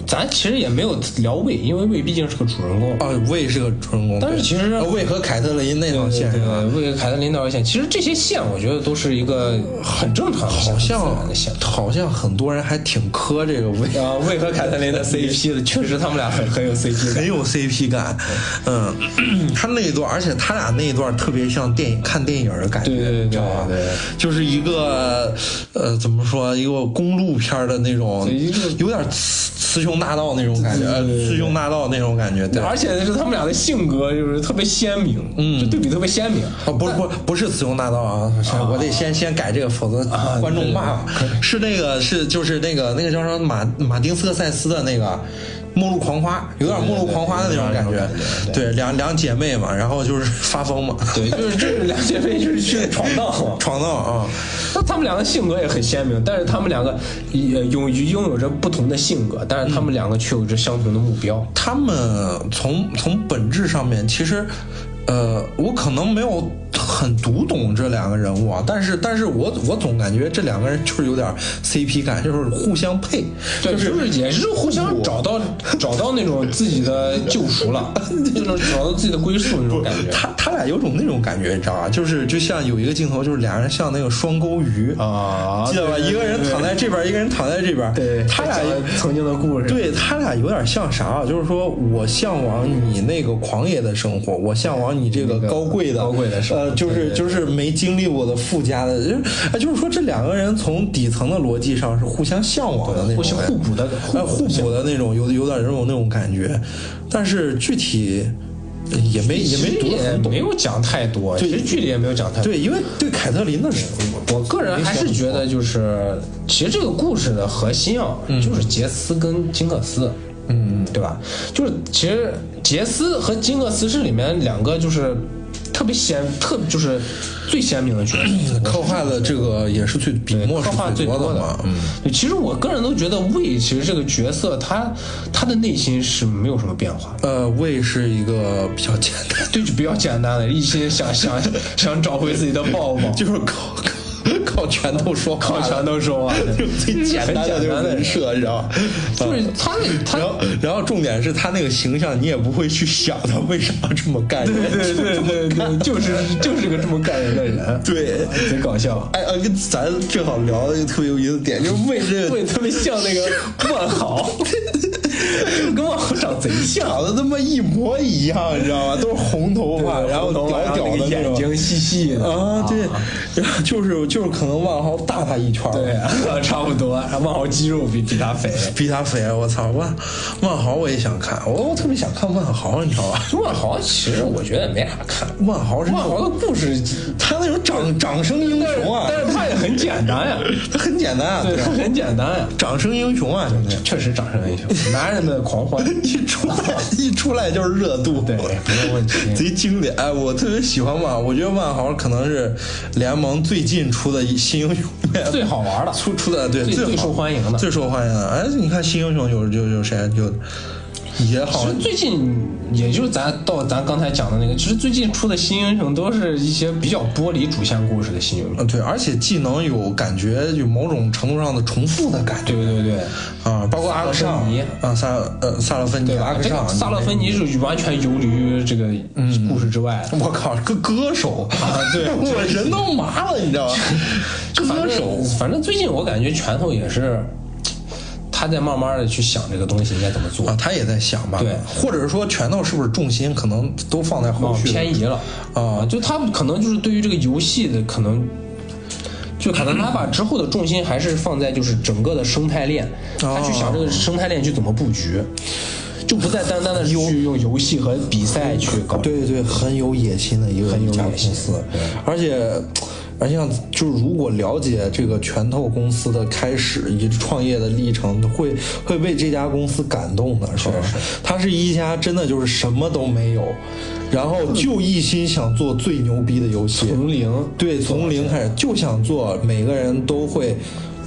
咱其实也没有聊魏，因为魏毕竟是个主人公啊，魏是个主人公， 但是其实魏和凯特琳那条线， 对对对，魏和凯特琳那条线，其实这些线我觉得都是一个很正常的， 好像的线， 好像很多人还挺磕这个魏啊，魏和凯特琳的 C P 的，确实他们俩很很有 C P 感， 很有 C P 感，嗯，他那一段，而且他俩那一段特别像电影看电影的感觉， 对对对对对，就是一个呃怎么说，一个公路片的那种，有点雌雄大盗那种感觉，雌雄大盗那种感觉，对， 而且是他们俩的性格就是特别鲜明，嗯，就对比特别鲜明。 哦，不不不是雌雄大盗啊，我得先先改这个，否则观众骂了。是那个是就是那个那个叫什么马马丁斯科塞斯的那个。末路狂花，有点末路狂花的那种感觉，对，两两姐妹嘛，然后就是发疯嘛， 对，就是这两姐妹就是去闯荡嘛， 闯荡啊。 那他们两个性格也很鲜明，但是他们两个也拥拥有着不同的性格，但是他们两个却有着相同的目标。 他们从从本质上面，其实，呃，我可能没有很读懂这两个人物啊，但是但是我我总感觉这两个人就是有点 C P 感，就是互相配， 对，就是就是也是互相找到找到那种自己的救赎了，那种找到自己的归宿那种感觉。 他他俩有种那种感觉，你知道吧？就是就像有一个镜头，就是俩人像那个双钩鱼啊， 记得吧？一个人躺在这边，一个人躺在这边， 对， 他俩曾经的故事， 对他俩有点像啥啊？就是说我向往你那个狂野的生活，我向往你这个高贵的高贵的生活， 呃，就是就是没经历过的富家的，就是就是说这两个人从底层的逻辑上是互相向往的那种， 互相互补的， 呃，互补的那种，有有点那种那种感觉，但是具体。也没也没读也没有讲太多，其实剧里也没有讲太多。 对，因为对凯特琳的人， 我个人还是觉得就是，其实这个故事的核心啊，嗯、就是杰斯跟金克斯， 嗯， 对吧？就是其实杰斯和金克斯是里面两个就是特别鲜，特就是最鲜明的角色， 刻画的这个也是最笔墨是最多的嘛。嗯， 其实我个人都觉得魏其实这个角色他他的内心是没有什么变化。 呃，魏是一个比较简单， 对，就比较简单的，一心想想想找回自己的抱抱， 就是靠靠拳头说话， 靠拳头说话， 就最简单的就是人设，你知道吗？ 就是他他， 然后然后重点是他那个形象，你也不会去想他为什么这么干人， 对对对对对，就是就是个这么干人的人， 对， 贼搞笑。 哎呃，跟咱正好聊的一个特别有意思的点，就是魏这个魏特别像那个万豪。就是跟万豪长贼像， 长得他妈一模一样，你知道吗？都是红头发，然后屌屌的眼睛细细的啊，对，然后就是就是可能万豪大他一圈， 对，差不多。然后万豪肌肉比比他肥， 比他肥，我操！万万豪我也想看，我我特别想看万豪，你知道吧？ 万豪其实我觉得没啥看， 万豪是万豪的故事， 他那种掌掌声英雄啊， 但是他也很简单呀， 他很简单啊， 对，他很简单呀， 掌声英雄啊，兄弟， 确实掌声英雄，男人的狂欢。 一出来一出来就是热度， 对，没有问题， 贼经典。哎，我特别喜欢万豪，我觉得万豪可能是联盟最近出的新英雄里面最好玩的， 出出的对最最受欢迎的， 最受欢迎的。哎，你看新英雄有就有谁就。也好， 其实最近也就是咱到咱刚才讲的那个，其实最近出的新英雄都是一些比较剥离主线故事的新英雄。 嗯，对，而且技能有感觉有某种程度上的重复的感觉。 对对对， 啊，包括阿克尚尼啊，萨呃萨勒芬尼，阿克尚， 萨勒芬尼是完全游离于这个故事之外。 我靠，个歌手啊，对， 我人都麻了，你知道吗？ 歌手，反正最近我感觉拳头也是。他在慢慢的去想这个东西应该怎么做啊，他也在想吧， 对， 或者说拳头是不是重心可能都放在后续、 哦、偏移了啊？就他可能就是对于这个游戏的可能，就可能他把之后的重心还是放在就是整个的生态链，他去想这个生态链去怎么布局，就不再单单的去用游戏和比赛去搞。 对对对，很有野心的一个很有家公司，而且。而且就是如果了解这个拳头公司的开始以及创业的历程，会会被这家公司感动的，是吧？它是一家真的就是什么都没有，然后就一心想做最牛逼的游戏， 从零， 对，从零开始就想做，每个人都会。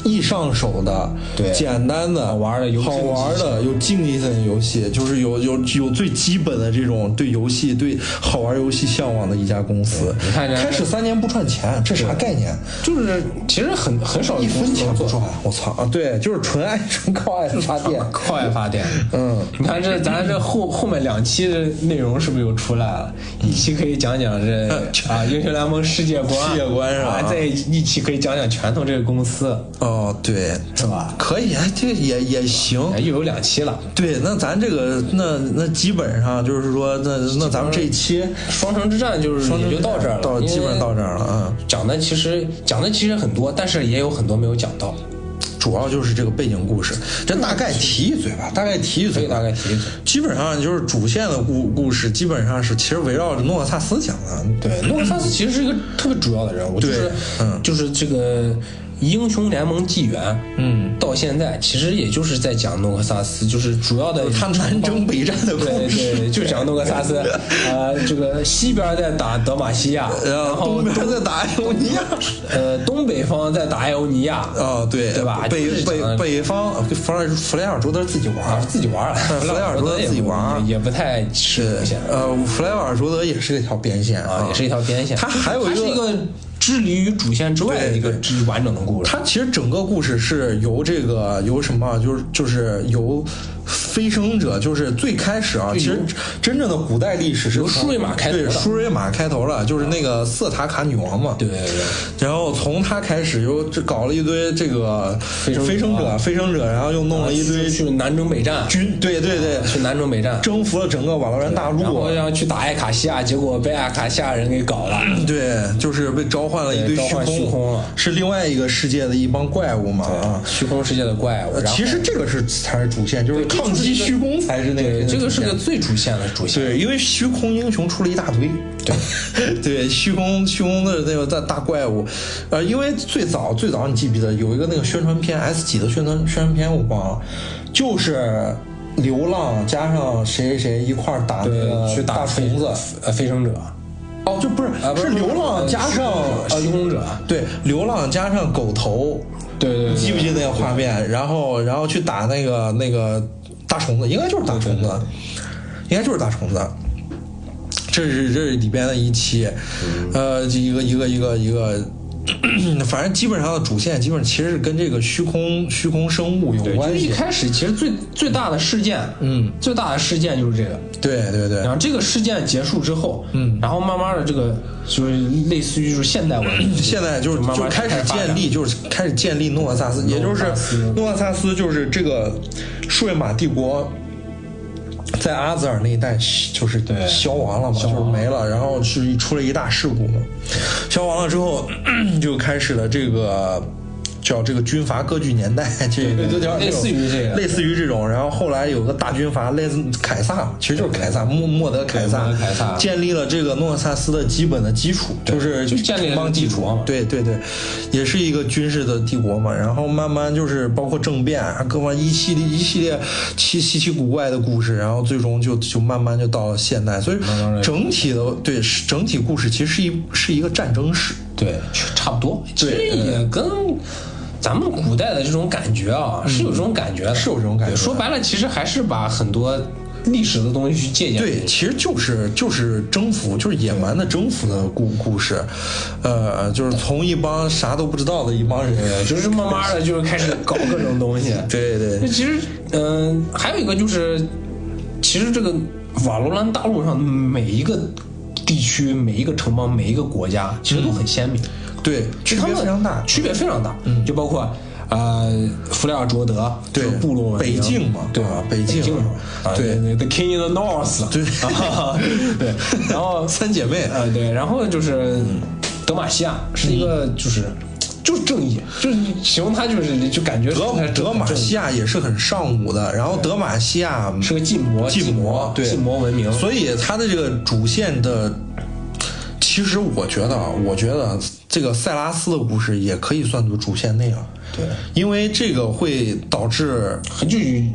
易上手的、 对简单的、 好玩的、 好玩的、有竞技性的游戏，就是有有有最基本的这种对游戏、对好玩游戏向往的一家公司。 你看， 开始三年不赚钱，这啥概念？ 就是其实很很少一分钱不赚。我操啊！对，就是纯爱，纯靠爱发电， 靠爱发电。 嗯， 你看这咱这后后面两期的内容是不是又出来了？一期可以讲讲这啊英雄联盟世界观， 世界观是吧？ 再一期可以讲讲拳头这个公司。 哦，对， 是吧？ 可以，这也也行。 又有两期了。 对，那咱这个那那基本上就是说，那那咱们这一期双城之战就是也就到这儿了， 到基本上到这儿了啊。 讲的其实讲的其实很多，但是也有很多没有讲到。 主要就是这个背景故事，这大概提一嘴吧，大概提一嘴， 大概提一嘴。 基本上就是主线的故故事，基本上是其实围绕着诺克萨斯讲的。 对，诺克萨斯其实是一个特别主要的人物，就是嗯，就是这个。英雄联盟纪元， 嗯， 到现在其实也就是在讲诺克萨斯，就是主要的他南征北战的故事，对对，就讲诺克萨斯，呃，这个西边在打德玛西亚，然后东边在打艾欧尼亚， 呃，东北方在打艾欧尼亚， 啊，对对吧？ 北北北方弗莱弗莱尔卓德自己玩， 自己玩， 弗莱尔卓德自己玩也不太是呃，弗莱尔卓德也是一条边线啊，也是一条边线， 他还有一个。致力于主线之外的一个完整的故事。 它其实整个故事是由这个由什么，就是就是由飞升者，就是最开始啊，其实真正的古代历史是由舒瑞玛开头的， 对，舒瑞玛开头了，就是那个瑟塔卡女王嘛， 对对对。 然后从他开始又这搞了一堆这个飞升者，飞升者，然后又弄了一堆去南征北战军，对对对， 去南征北战， 征服了整个瓦洛兰大陆， 然后要去打艾卡西亚，结果被艾卡西亚人给搞了， 对，就是被召唤了一堆虚空， 虚空了， 是另外一个世界的一帮怪物嘛，啊， 虚空世界的怪物。 其实这个是才是主线，就是抗击虚空才是那个， 这个是个最主线的主线。 对，因为虚空英雄出了一大堆，对对，虚空虚空的那个大大怪物，呃，因为最早最早你记不记得有一个那个宣传片 S 几的宣传宣传片我忘了，就是流浪加上谁谁谁一块儿打那个去打虫子， 呃，飞升者。 哦，就不是， 啊、 是流浪加上呃虚空者， 对，流浪加上狗头， 对 对, 对， 记不记得那个画面？然后然后去打那个那个大虫子，应该就是大虫子，对对对应该就是大虫子。这是这是里边的一期，呃，一个一个一个一个。反正基本上的主线基本上其实是跟这个虚空虚空生物有关系。 一开始其实最最大的事件， 嗯， 最大的事件就是这个。 对对对。 然后这个事件结束之后， 嗯， 然后慢慢的这个就是类似于就是现代文明， 现在就是就开始建立，就是开始建立诺克萨斯，也就是诺克萨斯就是这个舒瑞玛帝国。在阿泽尔那一代就是消亡了嘛，就是没了，然后是出了一大事故嘛。消亡了之后，就开始了这个叫这个军阀割据年代，这个就叫类似于这个， 类似于这种。然后后来有个大军阀，类似凯撒，其实就是凯撒，莫莫德凯撒， 凯撒建立了这个诺克萨斯的基本的基础，就是就建立了基础嘛。 对对对，也是一个军事的帝国嘛。然后慢慢就是包括政变啊，各方一系列一系列奇稀奇古怪的故事，然后最终就就慢慢就到了现代。所以整体的对整体故事其实是一是一个战争史， 对，差不多。其实也跟。咱们古代的这种感觉啊，是有这种感觉的， 是有这种感觉。 说白了，其实还是把很多历史的东西去借鉴。 对，其实就是就是征服，就是野蛮的征服的故故事，呃，就是从一帮啥都不知道的一帮人， 就是慢慢的就是开始搞各种东西。 对对。 那其实，嗯、呃，还有一个就是，其实这个瓦罗兰大陆上每一个地区、每一个城邦、每一个国家，其实都很鲜明。 嗯对，区别非常大， 区别非常大，嗯，就包括呃，弗莱尔卓德对部落北境嘛， 对吧？北境， 对，The King in the North， 对对，然后三姐妹， 呃，对，然后就是德玛西亚是一个就是就是正义，就是形容他就是就感觉德德玛西亚也是很尚武的，然后德玛西亚是个禁魔， 禁魔，对， 禁魔文明， 所以他的这个主线的，其实我觉得，我觉得。这个塞拉斯的故事也可以算作主线内了， 对， 因为这个会导致就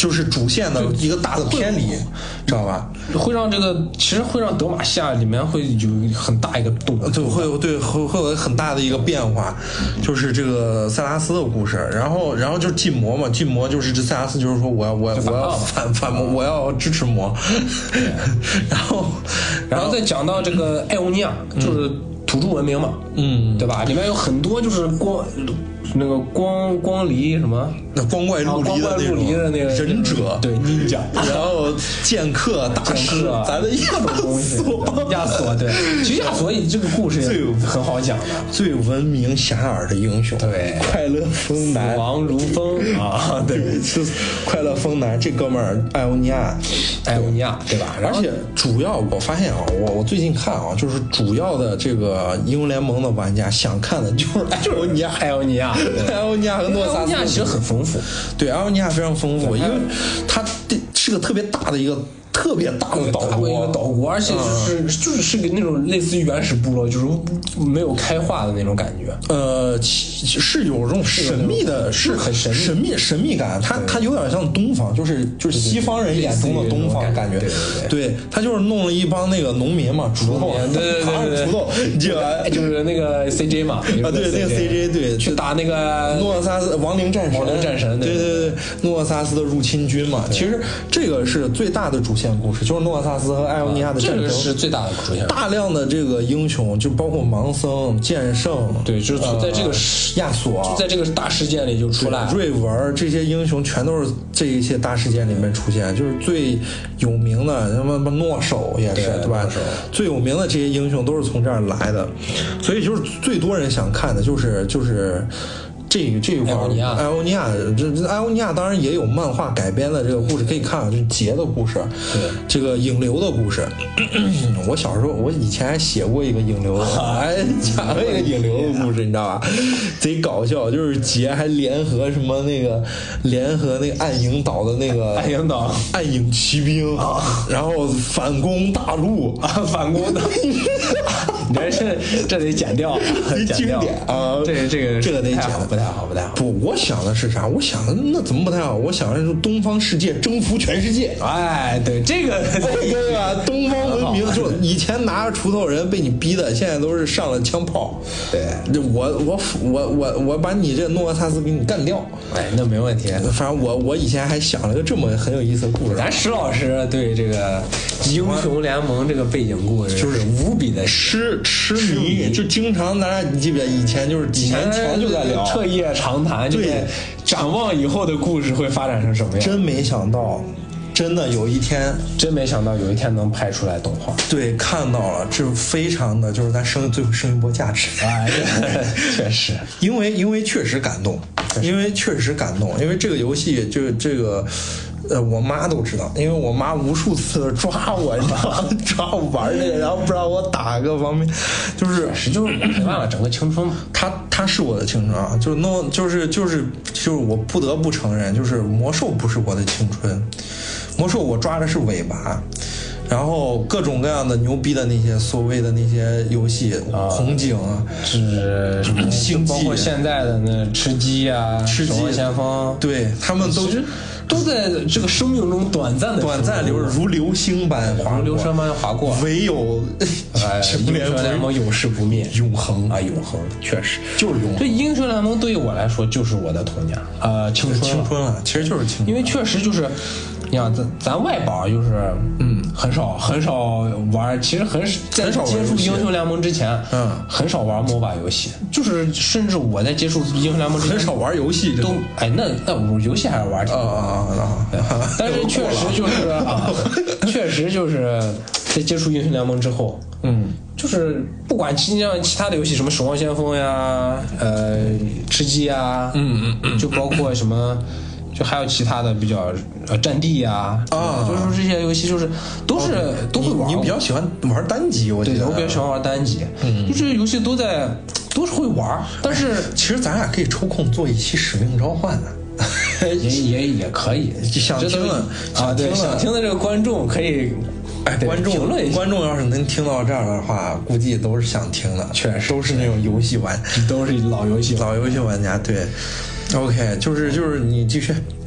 就是主线的一个大的偏离，知道吧？ 会让这个其实会让德玛西亚里面会有很大一个动荡， 对，会有对会会有很大的一个变化，就是这个塞拉斯的故事，然后然后就是禁魔嘛，禁魔就是这塞拉斯就是说我要我要我要反反魔，我要支持魔，然后然后再讲到这个艾欧尼亚，就是土著文明嘛， 嗯， 对吧？里面有很多就是光那个光光离什么。 那光怪陆离的那种忍者， 对ninja， 然后剑客大师，咱的亚索， 亚索对，其实亚索这个故事最很好讲的， 最闻名遐迩的英雄， 对， 快乐风男， 死亡如风啊，对， 是快乐风男这哥们儿艾欧尼亚， 艾欧尼亚对吧？ 而且主要我发现啊，我我最近看啊，就是主要的这个英雄联盟的玩家想看的就是艾欧尼亚， 艾欧尼亚， 艾欧尼亚和诺萨斯其实很丰富。 对，艾欧尼亚非常丰富，因为它是个特别大的一个特别大的岛国， 一个岛国，而且就是、嗯、就是是个那种类似于原始部落，就是没有开化的那种感觉。 呃，是有这种神秘的，是很神秘神秘神秘感。它它有点像东方，就是就是西方人眼中的东方感觉。 对对对， 对，他就是弄了一帮那个农民嘛，锄头， 对对对锄头，就就是那个 C J 嘛， 啊对，那个 C J 对， 去打那个诺萨斯亡灵战神， 亡灵战神， 对对对，诺萨斯的入侵军嘛。其实这个是最大的主线故事，就是诺萨斯和艾欧尼亚的战争， 这个是最大的主线。 大量的这个英雄，就包括盲僧、剑圣， 对，就是在这个亚索， 就在这个大事件里就出来了。 瑞文这些英雄全都是这一些大事件里面出现，就是最有名的什么诺手也是， 对, 对吧？最有名的这些英雄都是从这儿来的，所以就是最多人想看的就是就是这个这一块艾欧尼亚，这这艾欧尼亚当然也有漫画改编的这个故事可以看啊，就是杰的故事， 对， 这个影流的故事。我小时候，我以前还写过一个影流的，哎，讲了一个影流的故事，你知道吧？贼搞笑，就是杰还联合什么那个联合那个暗影岛的那个暗影岛暗影骑兵，然后反攻大陆啊，反攻大陆。你这是这得剪掉， 经典啊！ 这个这个这个得剪， 不太好，不太好。 不，我想的是啥？我想的那怎么不太好？我想的是东方世界征服全世界。 哎，对这个， 对吧？东方文明就以前拿着锄头人被你逼的，现在都是上了枪炮。 对， 我我我我我把你这诺萨斯给你干掉。 哎，那没问题。 反正我我以前还想了个这么很有意思的故事。 咱石老师对这个英雄联盟这个背景故事就是无比的痴痴迷，就经常咱俩你记不记得以前就是几年前就在聊， 彻夜长谈，对，展望以后的故事会发展成什么样？ 真没想到。真的有一天， 真没想到有一天能拍出来动画。 对，看到了，这非常的就是咱生最后生一波价值。 哎，确实， 因为因为确实感动，因为确实感动，因为这个游戏就这个。呃，我妈都知道，因为我妈无数次抓我，你知道吗？抓我玩这个，然后不让我打各方面，就是就是没办法，整个青春嘛。 她她是我的青春啊，就是弄就是就是就是我不得不承认，就是魔兽不是我的青春，魔兽我抓的是尾巴。然后各种各样的牛逼的那些所谓的那些游戏，啊、红警啊， 是什么星际，包括现在的那吃鸡啊， 吃鸡先锋， 对他们都都在这个生命中短暂的短暂流如流星般划过， 如流星般划过， 唯有英雄联盟永世不灭， 永恒啊，永恒，确实就是永恒。 这英雄联盟对于我来说就是我的童年啊、呃，青春青春啊，其实就是青春， 因为确实就是。你看，咱咱外宝就是，嗯，很少很少玩，其实很在接触英雄联盟之前， 嗯， 很少玩 M O B A 游戏，就是甚至我在接触英雄联盟之前很少玩游戏， 都哎，那那我游戏还是玩挺多的，但是确实就是啊，确实就是在接触英雄联盟之后， 嗯， 就是不管其像其他的游戏，什么守望先锋呀，呃，吃鸡呀， 嗯嗯嗯， 就包括什么。就还有其他的比较呃战地呀啊， 就是这些游戏就是都是、哦、都会玩。 你比较喜欢玩单机，我觉得。 对，我比较喜欢玩单机，嗯，就这些游戏都在都是会玩，但是、 哎、其实咱俩可以抽空做一期使命召唤的， 也也也可以。 想听了啊，对，想听的这个观众可以。 哎，观众评论一下， 观众要是能听到这儿的话，估计都是想听的， 确实都是那种游戏玩， 都是老游戏老游戏玩家，对。OK， 就是就是你继续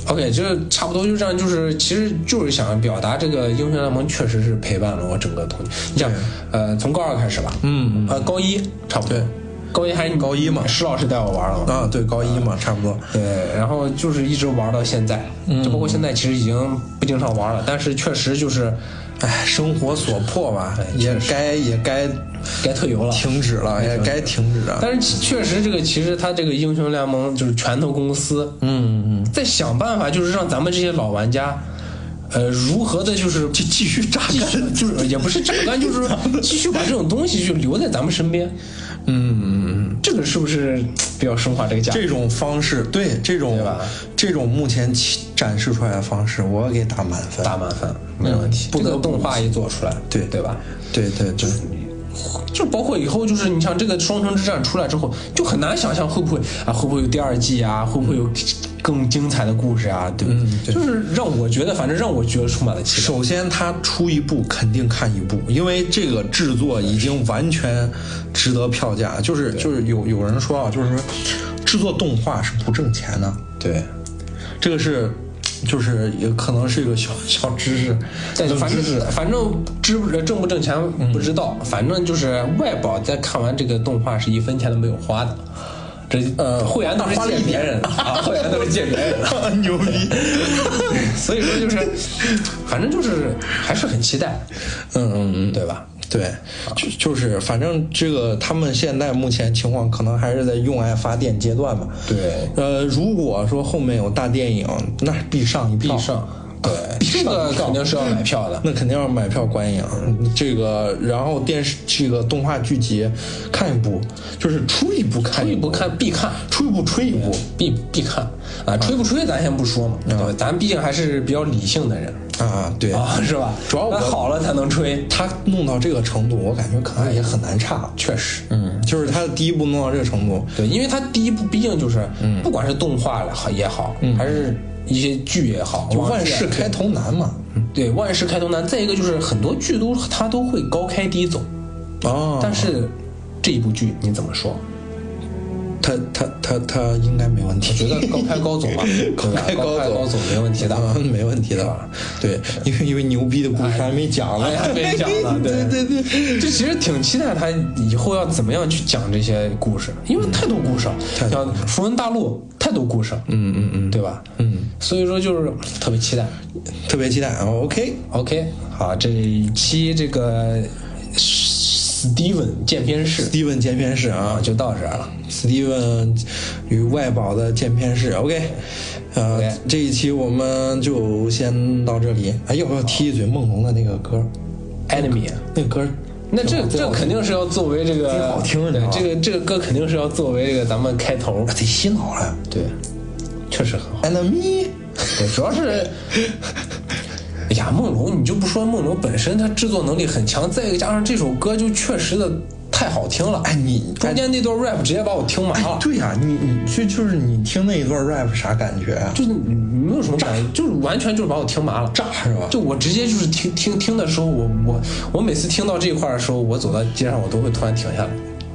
OK， 就是差不多就这样，就是其实就是想表达这个英雄联盟确实是陪伴了我整个童年。你想，呃，从高二开始吧， 嗯， 呃，高一差不多。 对， 高一还是高一嘛， 施老师带我玩了啊，对，高一嘛，差不多。 对，然后就是一直玩到现在，就包括现在其实已经不经常玩了，但是确实就是， 哎，生活所迫吧，也该也该该退游了， 停止了，也该停止了。 但是确实这个其实他这个英雄联盟就是拳头公司， 嗯嗯， 在想办法就是让咱们这些老玩家。呃，如何的，就是继继续榨干， 就是也不是榨干，就是继续把这种东西就留在咱们身边。 嗯嗯嗯， 这个是不是比较升华这个价值？ 这种方式，对这种对吧？ 这种目前展示出来的方式，我给打满分， 打满分没问题。 不得这个动画一做出来， 对对吧？ 对对对。 就包括以后，就是你像这个双城之战出来之后，就很难想象会不会啊，会不会有第二季啊，会不会有更精彩的故事啊？对， 嗯、对就是让我觉得，反正让我觉得充满了期待。 首先，他出一部肯定看一部，因为这个制作已经完全值得票价。就是就是有有人说啊，就是说制作动画是不挣钱的。 对， 这个是。就是也可能是一个小小知识， 但反正反正知挣不挣钱不知道，嗯、反正就是外保在看完这个动画是一分钱都没有花的，这呃会员都是借别人的啊，会员都是借别人的， 牛逼。 所以说就是，反正就是还是很期待， 嗯嗯嗯， 对吧？ 对，就就是反正这个他们现在目前情况可能还是在用爱发电阶段嘛。 对， 呃，如果说后面有大电影，那必上一票。 必上。对，这个肯定是要买票的， 那肯定要买票观影。这个，然后电视这个动画剧集看一部，就是出一部看一部，出一部看必看， 出一部吹一部， 必必看啊！吹不吹咱先不说嘛，对吧？咱毕竟还是比较理性的人啊，对啊，是吧？ 主要我好了才能吹， 他弄到这个程度，我感觉可能也很难差。 确实， 嗯，就是他的第一部弄到这个程度， 对，因为他第一部毕竟就是，嗯，不管是动画也好，嗯，还是。一些剧也好， 就万事开头难嘛。 对，万事开头难。再一个就是很多剧都它都会高开低走， 哦。 但是这一部剧你怎么说？ 他他他他应该没问题。 我觉得高开高走吧， 高开高走，高走没问题的， 嗯，没问题的。对，因为因为牛逼的故事还没讲呢， 还没讲呢。对对对，这其实挺期待他以后要怎么样去讲这些故事，因为太多故事了。像符文大陆太多故事， 嗯嗯嗯， 对吧？ 嗯， 所以说就是特别期待， 特别期待。OK OK， 好，这一期这个。Steven 见片室 ，Steven 见片室啊， 就到这儿了。 Steven 与外保的见片室 ，OK， 呃， okay. 这一期我们就先到这里。哎，要不要提一嘴梦龙的那个歌 ？Enemy 那个歌， 那这这肯定是要作为这个挺好听的， 这个这个歌肯定是要作为这个咱们开头， 得洗脑了。 对，确实很好。 Enemy， 对，主要是。哎呀，梦龙，你就不说梦龙本身它制作能力很强，再一个加上这首歌就确实的太好听了。 哎，你中间那段 rap 直接把我听麻了。 哎、对呀、啊，你你就就是你听那一段 rap 啥感觉啊？ 就是没有什么感觉，就是完全就是把我听麻了， 炸是吧？ 就我直接就是听听听的时候，我我我每次听到这一块的时候，我走到街上我都会突然停下来，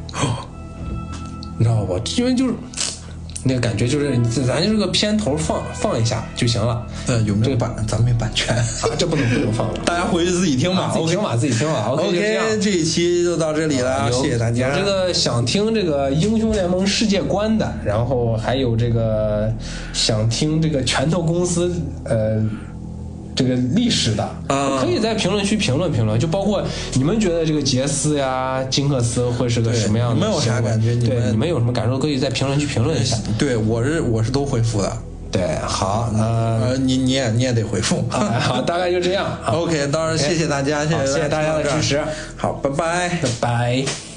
你知道不？因为就是。那个感觉就是，咱就这个片头放放一下就行了。 呃，有没有版？咱没版权啊，这不能不能放了。 大家回去自己听吧， 啊、自己听吧，自己听吧。OK，, OK 这一期就到这里了， 啊、 谢谢大家。 有这个想听这个英雄联盟世界观的，然后还有这个想听这个拳头公司呃。这个历史的啊，可以在评论区评论评论，就包括你们觉得这个杰斯呀、金克斯会是个什么样的？ 你们有啥感觉？你对，你们有什么感受？可以在评论区评论一下。 对，我是我是都回复的。 对，好，呃， 呃你你也你也得回复。 好，大概就这样。 OK， 当然谢谢大家，谢谢谢大家的支持。 好，拜拜， 拜拜。